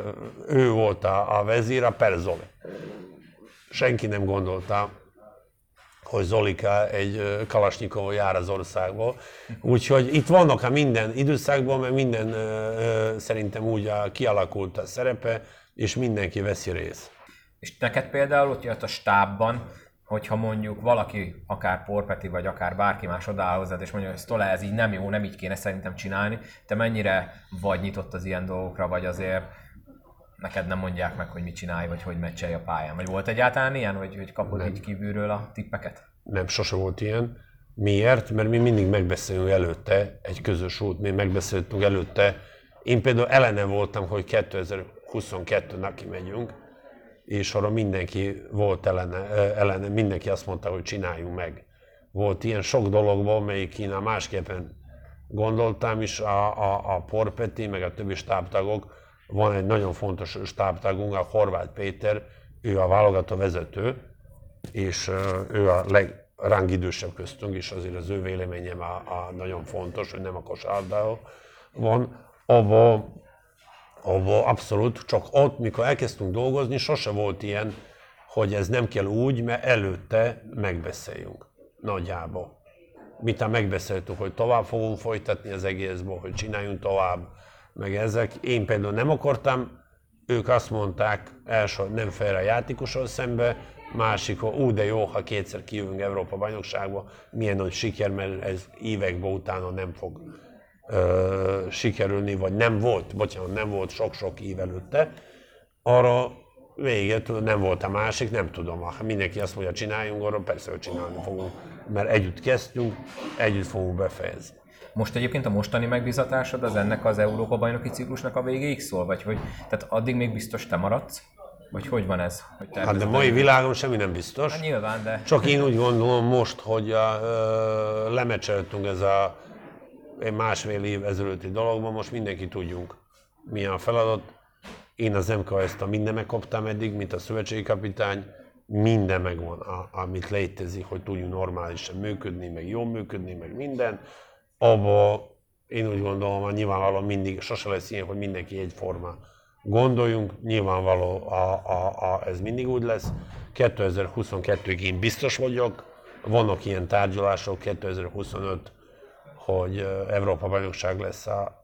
ő volt a, a vezír, a Perzole. Senki nem gondolta, hogy Zolika egy Kalasnyikovval jár az országból. Úgyhogy itt vannak a minden időszakban, mert minden ö, ö, szerintem úgy a, kialakult a szerepe, és mindenki veszi részt. És neked például ott jött a stábban, hogyha mondjuk valaki, akár Porpeti, vagy akár bárki más odaáll hozzád, és mondja, hogy Stola, ez így nem jó, nem így kéne szerintem csinálni, te mennyire vagy nyitott az ilyen dolgokra, vagy azért neked nem mondják meg, hogy mit csinálj, vagy hogy meccselj a pályán? Vagy volt egyáltalán ilyen, hogy, hogy kapod így kívülről a tippeket? Nem, sose volt ilyen. Miért? Mert mi mindig megbeszélünk előtte egy közös út, mi megbeszéltünk előtte. Én például ellene voltam, hogy kétezer-huszonkettőn neki megyünk, és arra mindenki volt ellene, ellene, mindenki azt mondta, hogy csináljunk meg. Volt ilyen sok dologban, melyik én másképpen gondoltam is, a, a, a Porpeti, meg a többi stábtagok. Van egy nagyon fontos stábtagunk, a Horváth Péter, ő a válogató vezető, és ő a legrangidősebb köztünk, és azért az ő véleményem a, a nagyon fontos, hogy nem a kosárlabdában van. Abba, abba abszolút, csak ott, mikor elkezdtünk dolgozni, sose volt ilyen, hogy ez nem kell úgy, mert előtte megbeszéljünk. Nagyjából. Miután megbeszéltük, hogy tovább fogunk folytatni az egészból, hogy csináljunk tovább, meg ezek. Én például nem akartam, ők azt mondták, első nem fél a játékossal szembe, másik, hogy ú, de jó, ha kétszer kijövünk Európa bajnokságba, milyen nagy siker, mert ez években utána nem fog ö, sikerülni, vagy nem volt, bocsánat, nem volt sok-sok év előtte. Arra véget nem volt a másik, nem tudom, ha mindenki azt mondja, csináljunk, arra persze, hogy csinálni fogunk, mert együtt kezdtünk, együtt fogunk befejezni. Most egyébként a mostani megbízatásod az ennek az Európa-bajnoki ciklusnak a végéig szól? Vagy hogy, tehát addig még biztos te maradsz? Vagy hogy van ez? Hogy hát de mai világon semmi nem biztos. Hát nyilván, de... Csak én úgy gondolom most, hogy a, ö, lemecseltünk ez a másfél év ezelőtti dologban, most mindenki tudjunk, milyen a feladat. Én az em ká ezt a minden megkaptam eddig, mint a szövetségi kapitány. Minden megvan, a, amit létezik, hogy tudjunk normálisan működni, meg jól működni, meg minden. Abba én úgy gondolom, hogy nyilvánvalóan mindig, sose lesz ilyen, hogy mindenki egyforma. Gondoljunk, nyilvánvaló a, a, a, ez mindig úgy lesz. kétezer-huszonkettőig én biztos vagyok, vannak ilyen tárgyalások, kétezer-huszonöt, hogy Európa-bajnokság lesz a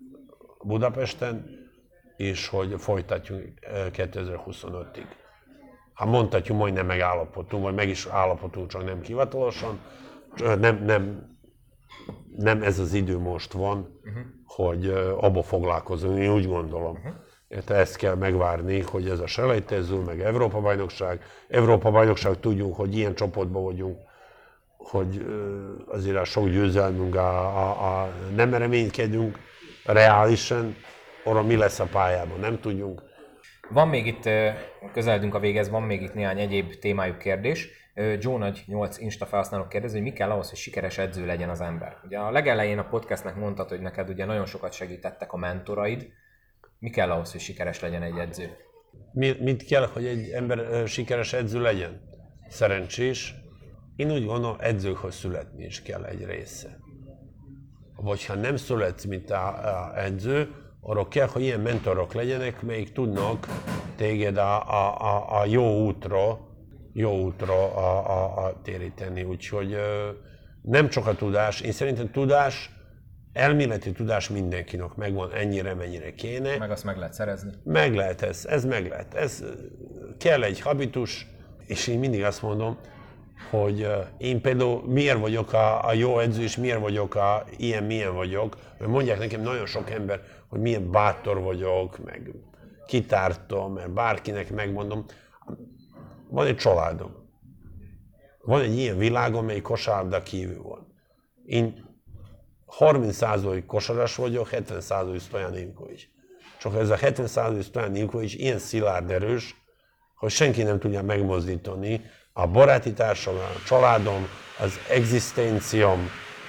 Budapesten, és hogy folytatjuk kétezer-huszonötig. Ha mondhatjuk, majdnem megállapodtunk, vagy meg is állapodtunk, csak nem hivatalosan, nem, nem, nem ez az idő most van, uh-huh. hogy abba foglalkozunk, én úgy gondolom. Uh-huh. Ezt kell megvárni, hogy ez a selejtező, meg Európa-bajnokság. Európa-bajnokság tudjuk, hogy ilyen csoportban vagyunk, hogy azért a sok győzelmünk, a, a, a nem reménykedünk reálisan, arra mi lesz a pályában, nem tudjunk. Van még itt, közeledünk a végez, van még itt néhány egyéb témájú kérdés. Joe Nagy nyolc Insta felhasználók kérdezi, hogy mi kell ahhoz, hogy sikeres edző legyen az ember. Ugye a legelején a podcastnek mondtad, hogy neked ugye nagyon sokat segítettek a mentoraid. Mi kell ahhoz, hogy sikeres legyen egy edző? Mi, mit kell, hogy egy ember sikeres edző legyen? Szerencsés. Én úgy gondolom, edzőkhöz születni is kell egy része. Vagy ha nem születsz, mint a, a edző, arra kell, hogy ilyen mentorok legyenek, melyik tudnak téged a, a, a, a jó útra, jó útra a, a, a téríteni. Úgyhogy nem csak a tudás, én szerintem tudás, elméleti tudás mindenkinek megvan ennyire, mennyire kéne. Meg azt meg lehet szerezni. Meg lehet ez, ez meg lehet. Ez kell egy habitus, és én mindig azt mondom, hogy én például miért vagyok a, a jó edző, és miért vagyok a ilyen, milyen vagyok, mert mondják nekem nagyon sok ember, hogy milyen bátor vagyok, meg kitártom, mert bárkinek megmondom. Van egy családom. Van egy ilyen világom, mely kosárlabda kívül van. Én harminc százalék kosaras vagyok, hetven százalék Stojan Ivković. Csak ez a hetven százalék Stojan Ivković ilyen szilárd erős, hogy senki nem tudja megmozdítani. A baráti társadalom, a családom, az egzisztencióm,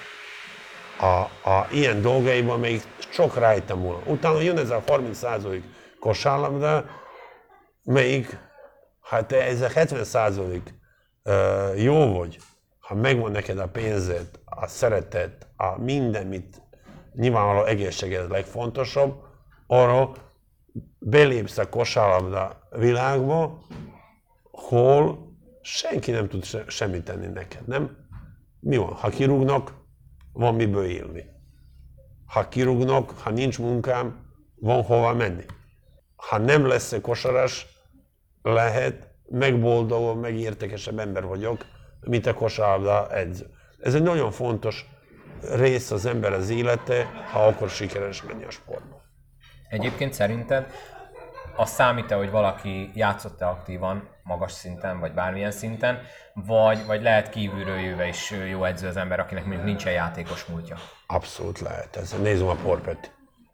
a, a ilyen dolgaiban még sok rajtam volna. Utána jön ez a harminc százalék kosárlabda, melyik, hát te ez a hetven százalék uh, jó vagy, ha megvan neked a pénzed, a szeretet, a minden, mit nyilvánvaló egészséged a legfontosabb, arra belépsz a kosárlabda világba, hol senki nem tud se, semmit tenni neked, nem? Mi van? Ha kirúgnak, van miből élni. Ha kirúgnak, ha nincs munkám, van hova menni. Ha nem lesz kosaras, lehet, megboldogul, meg értékesebb ember vagyok, mint a kosárlabda edző. Ez egy nagyon fontos rész az ember az élete, ha akar sikeres menni a sportban. Egyébként szerinted az számít-e, hogy valaki játszott-e aktívan, magas szinten, vagy bármilyen szinten, vagy, vagy lehet kívülről jöve is jó edző az ember, akinek mondjuk nincsen játékos múltja? Abszolút lehet. Ez, nézzük a Porpeti.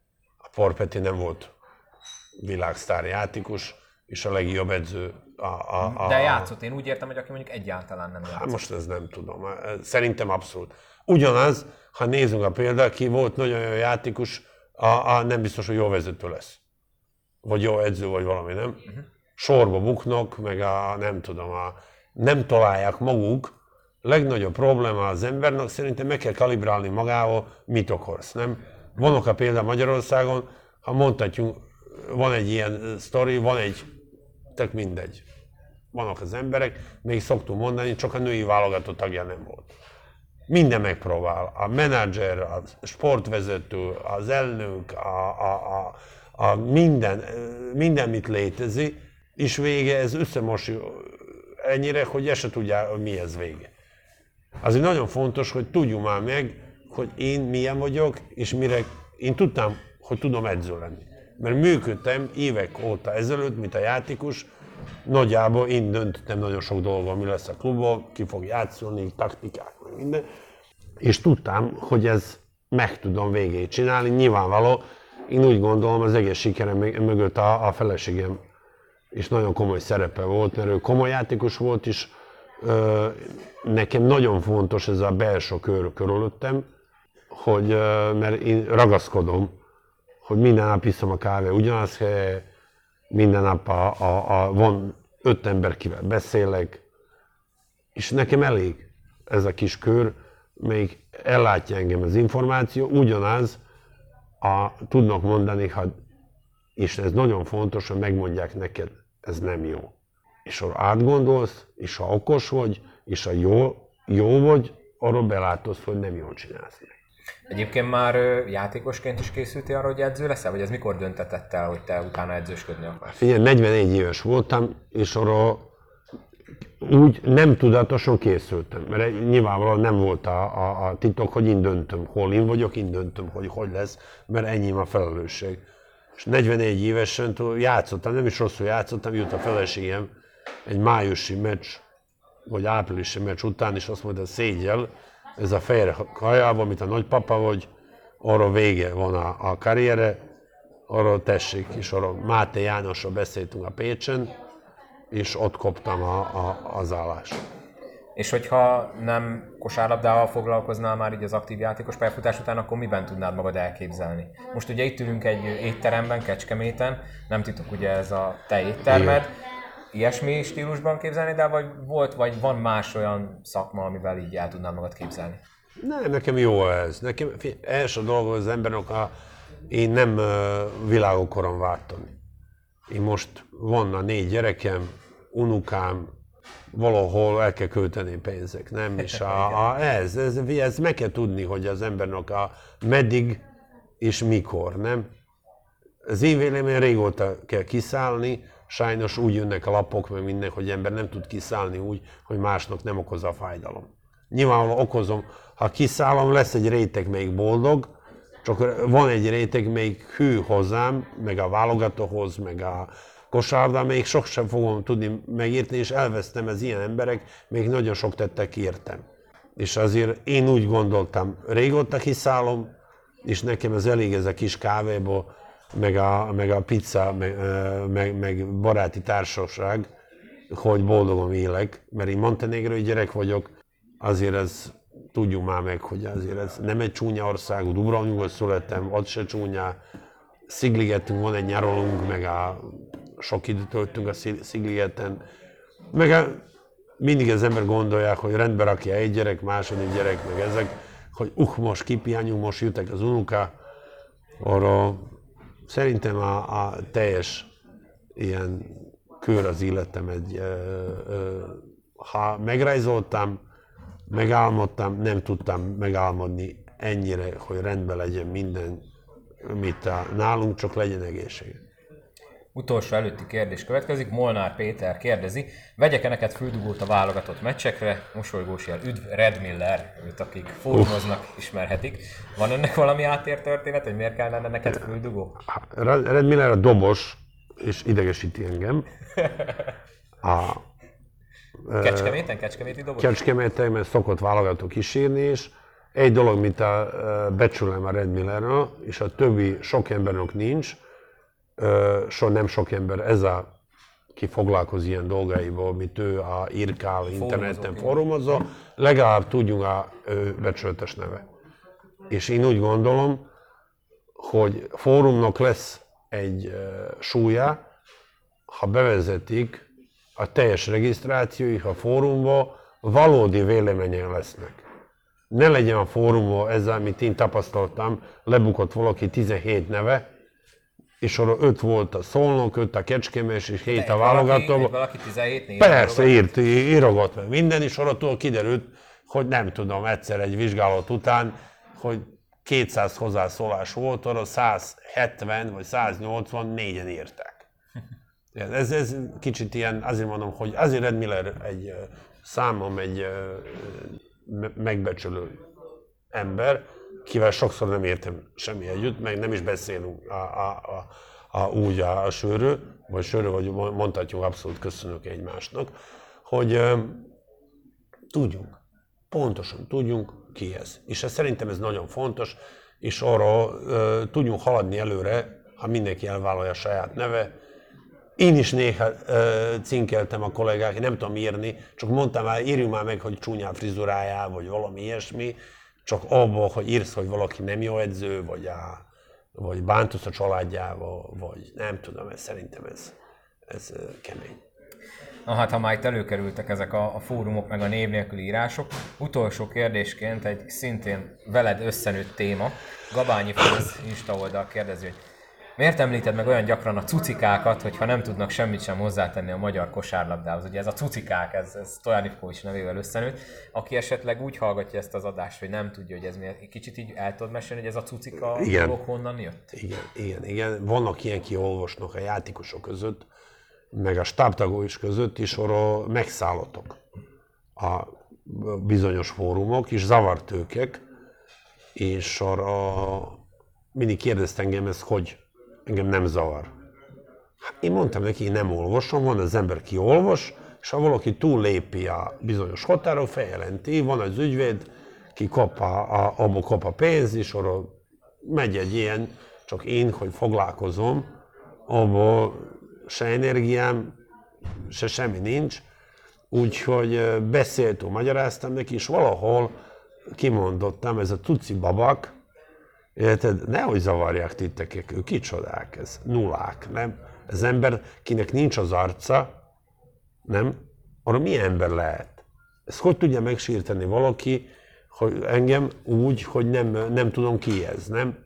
A Porpeti nem volt világsztár játékos, és a legjobb edző. A, a, a, De játszott, én úgy értem, hogy aki mondjuk egyáltalán nem játszott. Hát most ez nem tudom. Szerintem abszolút. Ugyanaz, ha nézzünk a példát, ki volt nagyon jó játékos, a, a, nem biztos, hogy jó vezető lesz. Vagy jó edző, vagy valami, nem? Uh-huh. Sorba buknak, meg a, nem tudom, a, nem találják maguk. Legnagyobb probléma az embernek, szerintem meg kell kalibrálni magával, mit akarsz, nem? Vannak a példa Magyarországon, ha mondhatjuk, van egy ilyen sztori, van egy, tök mindegy. Vannak az emberek, még szoktunk mondani, csak a női válogatott tagja nem volt. Minden megpróbál. A menedzser, a sportvezető, az elnök, a, a, a, a minden, minden, mit létezik, és vége ez összemosja ennyire, hogy ezt se tudja, hogy mi ez vége. Azért nagyon fontos, hogy tudjuk már meg, hogy én milyen vagyok, és mire én tudtam, hogy tudom edző lenni. Mert működtem évek óta ezelőtt, mint a játékos, nagyjából én döntöttem nagyon sok dolgon, mi lesz a klubban, ki fog játszani, taktikák, minden. És tudtam, hogy ez meg tudom végét csinálni. Nyilvánvaló, én úgy gondolom, az egész sikerem mögött a, a feleségem is nagyon komoly szerepe volt, mert ő komoly játékos volt, és ö, nekem nagyon fontos ez a belső kör körülöttem, hogy, ö, mert én ragaszkodom, hogy minden nap iszom a kávé ugyanaz, minden nap a, a, a, van öt ember, kivel beszélek, és nekem elég ez a kis kör, még ellátja engem az információ, ugyanaz a, tudnak mondani, ha, és ez nagyon fontos, hogy megmondják neked, ez nem jó. És ha átgondolsz, és ha okos vagy, és ha jó, jó vagy, arról belátod, hogy nem jól csinálsz meg. Egyébként már játékosként is készültél arra, hogy edző leszel? Vagy ez mikor döntetett el, hogy te utána edzősködni akarsz? Figyelj, negyvenegy éves voltam, és arra úgy nem tudatosan készültem, mert nyilvánvalóan nem volt a, a, a titok, hogy én döntöm, hol én vagyok, én döntöm, hogy hogy lesz, mert enyém a felelősség. És negyvenegy évesen játszottam, nem is rosszul játszottam, jött a feleségem egy májusi meccs, vagy áprilisi meccs után, és azt mondta, szégyel, ez a fejre hajában, mint a nagypapa vagy, arra vége van a, a karriere, arra tessék, és arra Máté Jánossal beszéltünk a Pécsen, és ott kaptam a, a, az állást. És hogyha nem kosárlabdával foglalkoznál már így az aktív játékos pályafutás után, akkor miben tudnád magad elképzelni? Most ugye itt ülünk egy étteremben, Kecskeméten, nem titok ugye ez a te éttermed. Ilyesmi stílusban képzelni, de vagy volt, vagy van más olyan szakma, amivel így el tudnád magad képzelni? Nem, nekem jó ez. Nekem első dolog az embernek, a, én nem uh, világokoron vártam. Én most van a négy gyerekem, unukám, valahol el kell költeni pénzek, nem? És a, a, ez, ez, ez meg kell tudni, hogy az embernek a meddig és mikor, nem? Az én véleményem régóta kell kiszállni, sajnos úgy jönnek a lapok, meg minden, hogy ember nem tud kiszállni úgy, hogy másnak nem okoz a fájdalom. Nyilvánvalóan okozom, ha kiszállom, lesz egy réteg, melyik boldog, csak van egy réteg, melyik hű hozzám, meg a válogatóhoz, meg a kosárlabda, még sok sem fogom tudni megírni, és elvesztem az ilyen emberek, még nagyon sok tettek értem. És azért én úgy gondoltam, régóta kiszállom, és nekem ez elég ez a kis kávéból, meg a, meg a pizza, meg, meg, meg baráti társaság, hogy boldogan élek, mert én montenegrói gyerek vagyok, azért ez, tudjuk már meg, hogy azért ez nem egy csúnya ország, Dubrovnikban születtem, ott se csúnya, Szigligetünk, van egy nyaralunk, meg a sok időt töltünk a Szigligeten, meg a, mindig az ember gondolják, hogy rendbe rakja egy gyerek, második gyerek, meg ezek, hogy uh, most kipihenjünk, most jöttek az unoka, arra szerintem a, a teljes ilyen kör az életem egy ö, ö, ha megrajzoltam, megálmodtam, nem tudtam megálmodni ennyire, hogy rendben legyen minden, mit a, nálunk, csak legyen egészség. Utolsó előtti kérdés következik. Molnár Péter kérdezi, vegyek-e neked füldugót a válogatott meccsekre? Mosolygós jel, üdv Red Miller, őt akik fórumoznak, ismerhetik. Van ennek valami áttér történet, hogy miért kellene neked füldugó? Red Miller a dobos, és idegesíti engem. A, Kecskeméten? Kecskeméti dobos? Kecskeméten, mert szokott válogató kísírni, és egy dolog, mint a, becsülem a Red Millerről, és a többi sok embernek nincs, so nem sok ember, ez a, ki foglalkozik ilyen dolgaiból, mint ő a írkál, interneten fórumozó, legalább tudjunk a ő becsületes neve. És én úgy gondolom, hogy fórumnak lesz egy uh, súlya, ha bevezetik a teljes regisztrációi, a fórumban valódi véleményen lesznek. Ne legyen a fórumban ezzel, amit én tapasztaltam, lebukott valaki tizenhét neve, és arra öt volt a Szolnok, öt a Kecskemés, és hét a válogató. Valaki tizenhét név. Persze, írt, írogott meg minden, és arra kiderült, hogy nem tudom, egyszer egy vizsgálat után, hogy kétszáz hozzászólás volt, arra száz hetven vagy száz nyolcvan négyen írták. Ez, ez kicsit ilyen, azért mondom, hogy azért Red Miller egy számom egy megbecsülő ember, kivel sokszor nem értem semmi együtt, meg nem is beszélünk a, a, a, a, úgy a, a sörről, vagy sörről, vagy mondhatjuk, abszolút köszönök egymásnak, hogy uh, tudjunk, pontosan tudjunk ki ez. És ez, szerintem ez nagyon fontos, és arra uh, tudjunk haladni előre, ha mindenki elvállalja a saját neve. Én is néha uh, cinkeltem a kollégák, én nem tudom írni, csak mondtam már, írjunk már meg, hogy csúnya frizurájá, vagy valami ilyesmi, csak abban, hogy írsz, hogy valaki nem jó edző, vagy, a, vagy bántasz a családjával, vagy nem tudom, ez, szerintem ez, ez kemény. Na hát, ha már itt előkerültek ezek a, a fórumok, meg a név nélküli írások, utolsó kérdésként egy szintén veled összenőtt téma. Gabányi Főz Insta oldal kérdezi, hogy miért említed meg olyan gyakran a cucikákat, hogyha nem tudnak semmit sem hozzátenni a magyar kosárlabdához? Ugye ez a cucikák, ez, ez Stojan Ivkovics nevével összenőtt. Aki esetleg úgy hallgatja ezt az adást, hogy nem tudja, hogy ez miért, kicsit így el tudod mesélni, hogy ez a cucika dolog honnan jött? Igen, igen, igen. Vannak ilyen kiolvasnak a játékosok között, meg a stábtagok is között is, arra megszállottak a bizonyos fórumok, és zavart őket, és arra mindig kérdezte engem ezt, hogy engem nem zavar. Én mondtam neki, én nem olvasom, van az ember, ki olvas, és ha valaki túllépi a bizonyos határok, feljelenti, van az ügyvéd, ki kap a, a, abba kap a pénz, és arra megy egy ilyen, csak én, hogy foglalkozom, abba se energiám, se semmi nincs, úgyhogy beszéltünk, magyaráztam neki, és valahol kimondottam, ez a tuci babak, érted? Nehogy zavarják titeket, ők kicsodák, ez nullák, nem? Ez ember, kinek nincs az arca, nem? Arra milyen ember lehet? Ezt hogy tudja megsírteni valaki, hogy engem úgy, hogy nem, nem tudom ki ez, nem?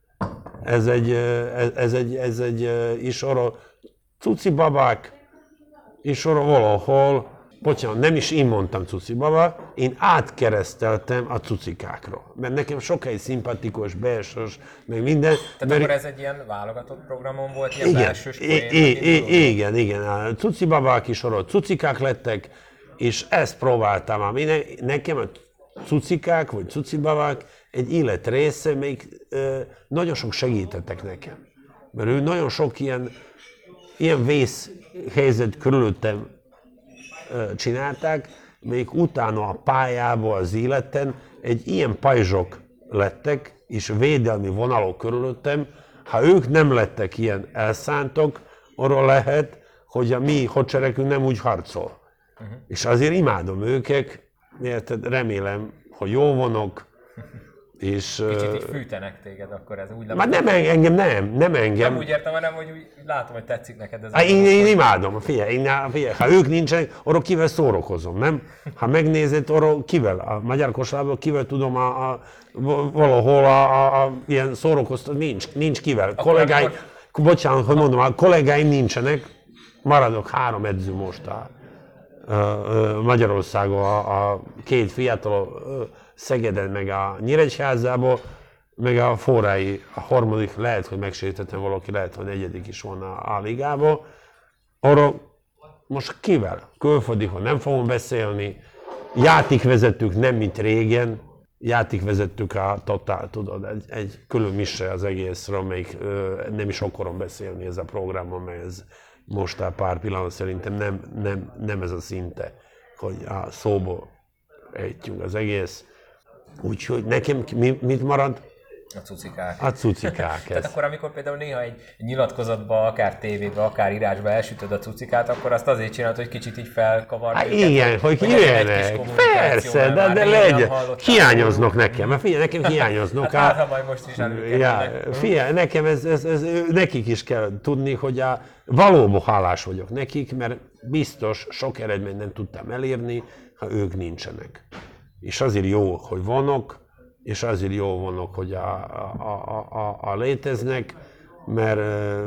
Ez egy, ez, ez egy, ez egy, és arra cuci babák, és arra valahol, bocsánat, nem is én mondtam cuci baba, én átkereszteltem a cucikákról. Mert nekem sokáig szimpatikus, belsős, meg minden. Tehát mert... akkor ez egy ilyen válogatott programon volt, ilyen igen, belsős I- I- I- igen, igen, a cuci babák is arra cucikák lettek, és ezt próbáltam. Ami ne, nekem a cucikák, vagy cuci babák egy élet része, még ö, nagyon sok segítettek nekem. Mert ő nagyon sok ilyen, ilyen vészhelyzet körülöttem csinálták, még utána a pályában, az életen egy ilyen pajzsok lettek, és védelmi vonalok körülöttem. Ha ők nem lettek ilyen elszántok, arra lehet, hogy a mi hadseregünk nem úgy harcol. Uh-huh. És azért imádom őket, mert remélem, hogy jó vanok, és... Kicsit így fűtenek téged akkor ez úgy. Már nem engem, nem, nem engem. Nem úgy értem, hanem hogy úgy látom, hogy tetszik neked ez. Há, én, én imádom, figyelj, én, figyelj, ha ők nincsenek, arra kivel szórakozom, nem? Ha megnézed, arra kivel, a magyar kosárlabdában kivel tudom, a, a, valahol a, a, a ilyen szórakoztat, nincs, nincs kivel. Kollégáim, akkor... bocsánat, hogy mondom, a kollégáim nincsenek, maradok három edző most a Magyarországon a, a két fiatal Szegeden meg a Nyíregyházából, meg a Forrái, a harmadik, lehet, hogy megsértettem valaki, lehet, hogy negyedik is van a A-ligából. Arra most kivel? Külföldikon nem fogom beszélni. Játékvezetők nem, mint régen. Játékvezetők a totál, tudod, egy, egy külön mise az egészről, amelyik ö, nem is akarom beszélni ez a programon, mert ez most a pár pillanat szerintem nem, nem, nem ez a szinte, hogy a szóból ejtjünk az egész. Úgyhogy nekem mi, mit marad? A cucikák. A cucikák. Tehát akkor, amikor például néha egy nyilatkozatba, akár tévébe, akár írásba elsütöd a cucikát, akkor azt azért csinálod, hogy kicsit így felkavard Hát őket, igen, hogy jöjjenek. Persze, de, de legyen. Hiányoznak nekem, mert figyelj, nekem hiányoznak. Hát hát, majd most is előkerülnek. Ja, figyelj, nekem ez, ez, ez, nekik is kell tudni, hogy a, valóban hálás vagyok nekik, mert biztos sok eredményt nem tudtam elérni, ha ők nincsenek. És azért jó, hogy vannak, és azért jó vannak, hogy a, a, a, a, a léteznek, mert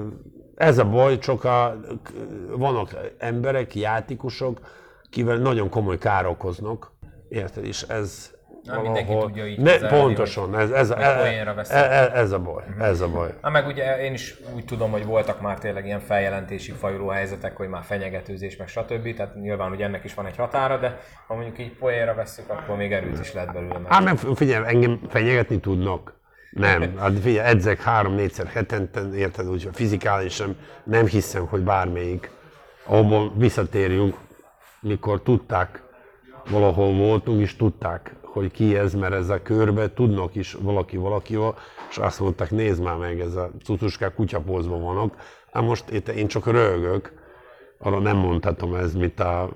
ez a baj, csak a, vannak emberek, játékosok, kivel nagyon komoly kár okoznak, érted? És ez nem mindenki tudja így ne, kezelni, pontosan, ez, ez, ez, ez, ez a baj, uh-huh. ez a baj. Na meg ugye én is úgy tudom, hogy voltak már tényleg ilyen feljelentésig fajuló helyzetek, hogy már fenyegetőzés, meg stb. Tehát nyilván ugye ennek is van egy határa, de ha mondjuk így poénra vesszük, akkor még erőt is lehet belőle. Hát meg figyelj, engem fenyegetni tudnak. Nem, hát figyelj, edzek három-négyszer hetente, érted, úgyhogy fizikálisan nem hiszem, hogy bármelyik. Abban visszatérjünk, mikor tudták, valahol voltunk, és tudták, hogy ki ez, mert ez a körbe tudnak is valaki valakival, és azt mondták, nézd már meg, ez a cucuskák kutyapózban vannak. Hát most itt én csak röhögök, arra nem mondhatom ez, mit a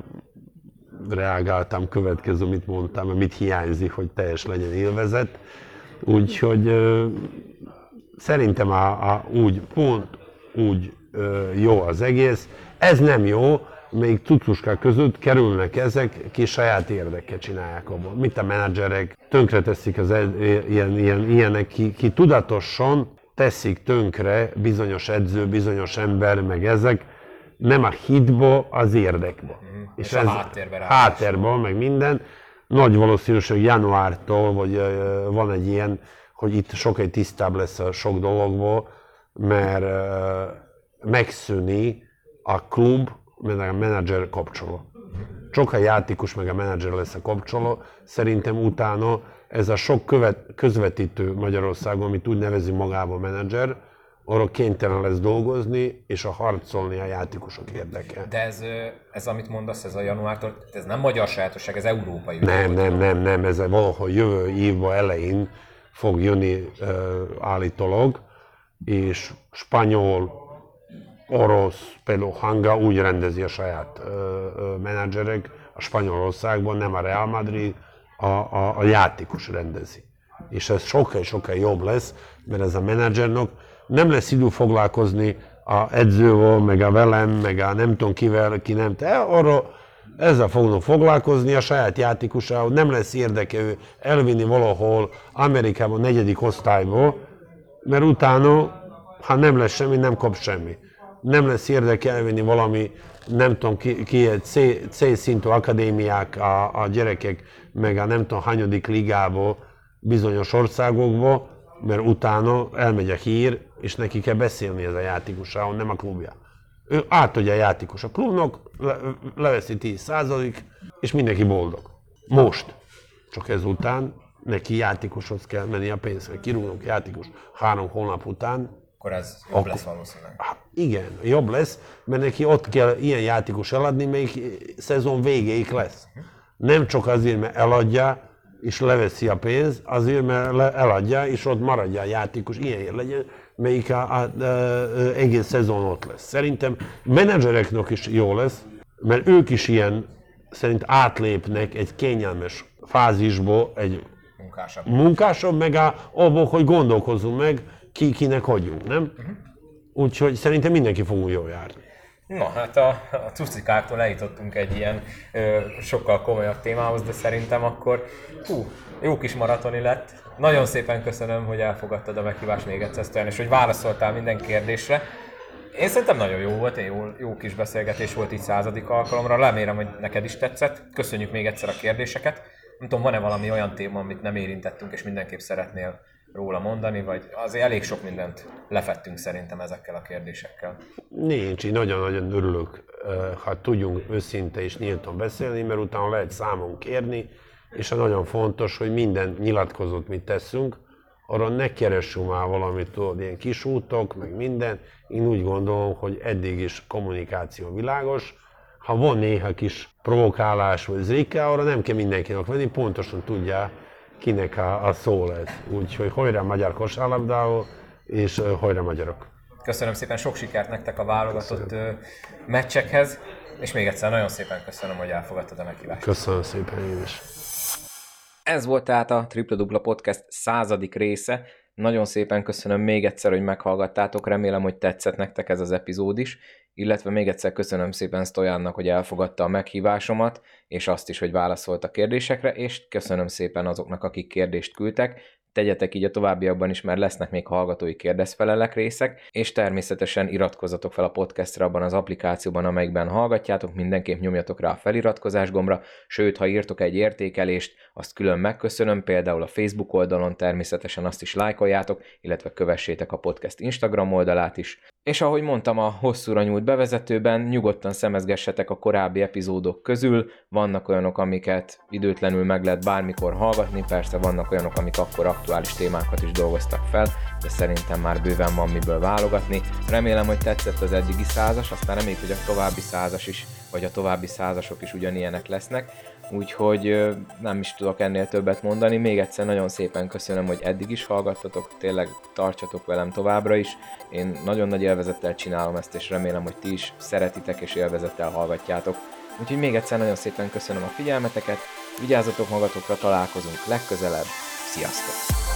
reagáltam, következő, mit mondtam, mert mit hiányzik, hogy teljes legyen élvezet. Úgyhogy ö, szerintem a, a, úgy, pont úgy ö, jó az egész. Ez nem jó, még cucuskák között kerülnek ezek, ki saját érdekkel csinálják abban. Mit a menedzserek tönkreteszik az ed, ilyen, ilyen, ilyenek, ki, ki tudatosan teszik tönkre bizonyos edző, bizonyos ember, meg ezek, nem a hitba, az érdekbe. Mm. És, és ez a háttérben háttérben, meg minden. Nagy valószínűség januártól, vagy uh, van egy ilyen, hogy itt sokkal tisztább lesz a sok dologból, mert uh, megszűni a klub, meg a menedzser kapcsolat. Csak a játékos meg a menedzser lesz a kapcsolat, szerintem utána ez a sok követ, közvetítő Magyarországon, amit úgy nevezi magában menedzser, arra kénytelen lesz dolgozni, és a harcolni a játékosok érdekel. De ez, ez, amit mondasz, ez a januártól, ez nem magyar sajátosság, ez európai. Nem, nem, nem, nem, ez valahol jövő évben elején fog jönni uh, állítólag, és spanyol, orosz, például Hanga úgy rendezi a saját uh, uh, menedzserek a Spanyolországban, nem a Real Madrid, a, a, a játékos rendezi. És ez sokkal-sokkal jobb lesz, mert ez a menedzsernek nem lesz idő foglalkozni a edzővel, meg a velem, meg a nem tudom kivel, ki nem te, arra ezzel fognak foglalkozni, a saját játékosával nem lesz érdeke ő elvinni valahol Amerikában negyedik osztályból, mert utána, ha nem lesz semmi, nem kap semmi. Nem lesz érdeke elvinni valami, nem tudom ki, ki egy C, C szintű akadémiák a, a gyerekek, meg a nem tudom hanyadik ligából bizonyos országokba, mert utána elmegy a hír, és neki kell beszélni ez a játékosával, nem a klubja. Ő átadja a játékos a klubnak, le, leveszi tíz százalék, és mindenki boldog. Most. Csak ezután neki játékoshoz kell menni a pénzre. Kirúgnak játékos három hónap után. Akkor ez jobb akkor, lesz valószínűleg. Igen, jobb lesz, mert neki ott kell ilyen játékos eladni, melyik szezon végéig lesz. Nem csak azért, mert eladja, és leveszi a pénz, azért, mert eladja, és ott maradja a játékos, ilyen legyen, melyik a, a, a, a, egész szezon ott lesz. Szerintem menedzsereknek is jó lesz, mert ők is ilyen, szerint átlépnek egy kényelmes fázisból, egy munkásabb, munkásabb meg a, abból, hogy gondolkozzunk meg, ki kinek hagyunk, nem? Uh-huh. Úgyhogy szerintem mindenki fogunk jól járni. Na, hát a, a cucikáktól eljutottunk egy ilyen ö, sokkal komolyabb témához, de szerintem akkor hú, jó kis maratoni lett. Nagyon szépen köszönöm, hogy elfogadtad a meghívást még egyszer, és hogy válaszoltál minden kérdésre. Én szerintem nagyon jó volt, én jó, jó kis beszélgetés volt így századik alkalomra, remélem, hogy neked is tetszett. Köszönjük még egyszer a kérdéseket. Nem tudom, van-e valami olyan téma, amit nem érintettünk, és mindenképp szeretnél róla mondani, vagy azért elég sok mindent lefettünk szerintem ezekkel a kérdésekkel. Nincs, így nagyon-nagyon örülök, ha tudjunk őszinte és nyíltan beszélni, mert utána lehet számon kérni, és a nagyon fontos, hogy minden nyilatkozót mit teszünk, arra ne keressünk már valamit, tudod, ilyen kis útok, meg minden. Én úgy gondolom, hogy eddig is kommunikáció világos. Ha van néha kis provokálás vagy zrike, arra nem kell mindenkinek venni, pontosan tudja, kinek a, a szó lesz. Úgyhogy hajrá magyar kosárlabdához, és hajrá magyarok! Köszönöm szépen, sok sikert nektek a válogatott köszönöm. meccsekhez, és még egyszer nagyon szépen köszönöm, hogy elfogadtad a meghívást. Köszönöm szépen én is. Ez volt tehát a Tripla Dupla Podcast századik része. Nagyon szépen köszönöm még egyszer, hogy meghallgattátok, remélem, hogy tetszett nektek ez az epizód is, illetve még egyszer köszönöm szépen Stojannak, hogy elfogadta a meghívásomat, és azt is, hogy válaszolt a kérdésekre, és köszönöm szépen azoknak, akik kérdést küldtek. Tegyetek így a továbbiakban is, mert lesznek még hallgatói kérdezfelelek részek, és természetesen iratkozzatok fel a podcastra abban az applikációban, amelyikben hallgatjátok, mindenképp nyomjatok rá a feliratkozás gombra, sőt, ha írtok egy értékelést, azt külön megköszönöm, például a Facebook oldalon, természetesen azt is lájkoljátok, illetve kövessétek a podcast Instagram oldalát is. És ahogy mondtam a hosszúra nyúlt bevezetőben, nyugodtan szemezgessetek a korábbi epizódok közül, vannak olyanok, amiket időtlenül meg lehet bármikor hallgatni, persze vannak olyanok, amik akkor aktuális témákat is dolgoztak fel, de szerintem már bőven van miből válogatni. Remélem, hogy tetszett az eddigi százas, aztán reméljük, hogy a további százas is, vagy a további százasok is ugyanilyenek lesznek, úgyhogy nem is tudok ennél többet mondani. Még egyszer nagyon szépen köszönöm, hogy eddig is hallgattatok, tényleg tartsatok velem továbbra is. Én nagyon nagy élvezettel csinálom ezt, és remélem, hogy ti is szeretitek és élvezettel hallgatjátok. Úgyhogy még egyszer nagyon szépen köszönöm a figyelmeteket, vigyázzatok magatokra, találkozunk legközelebb, sziasztok!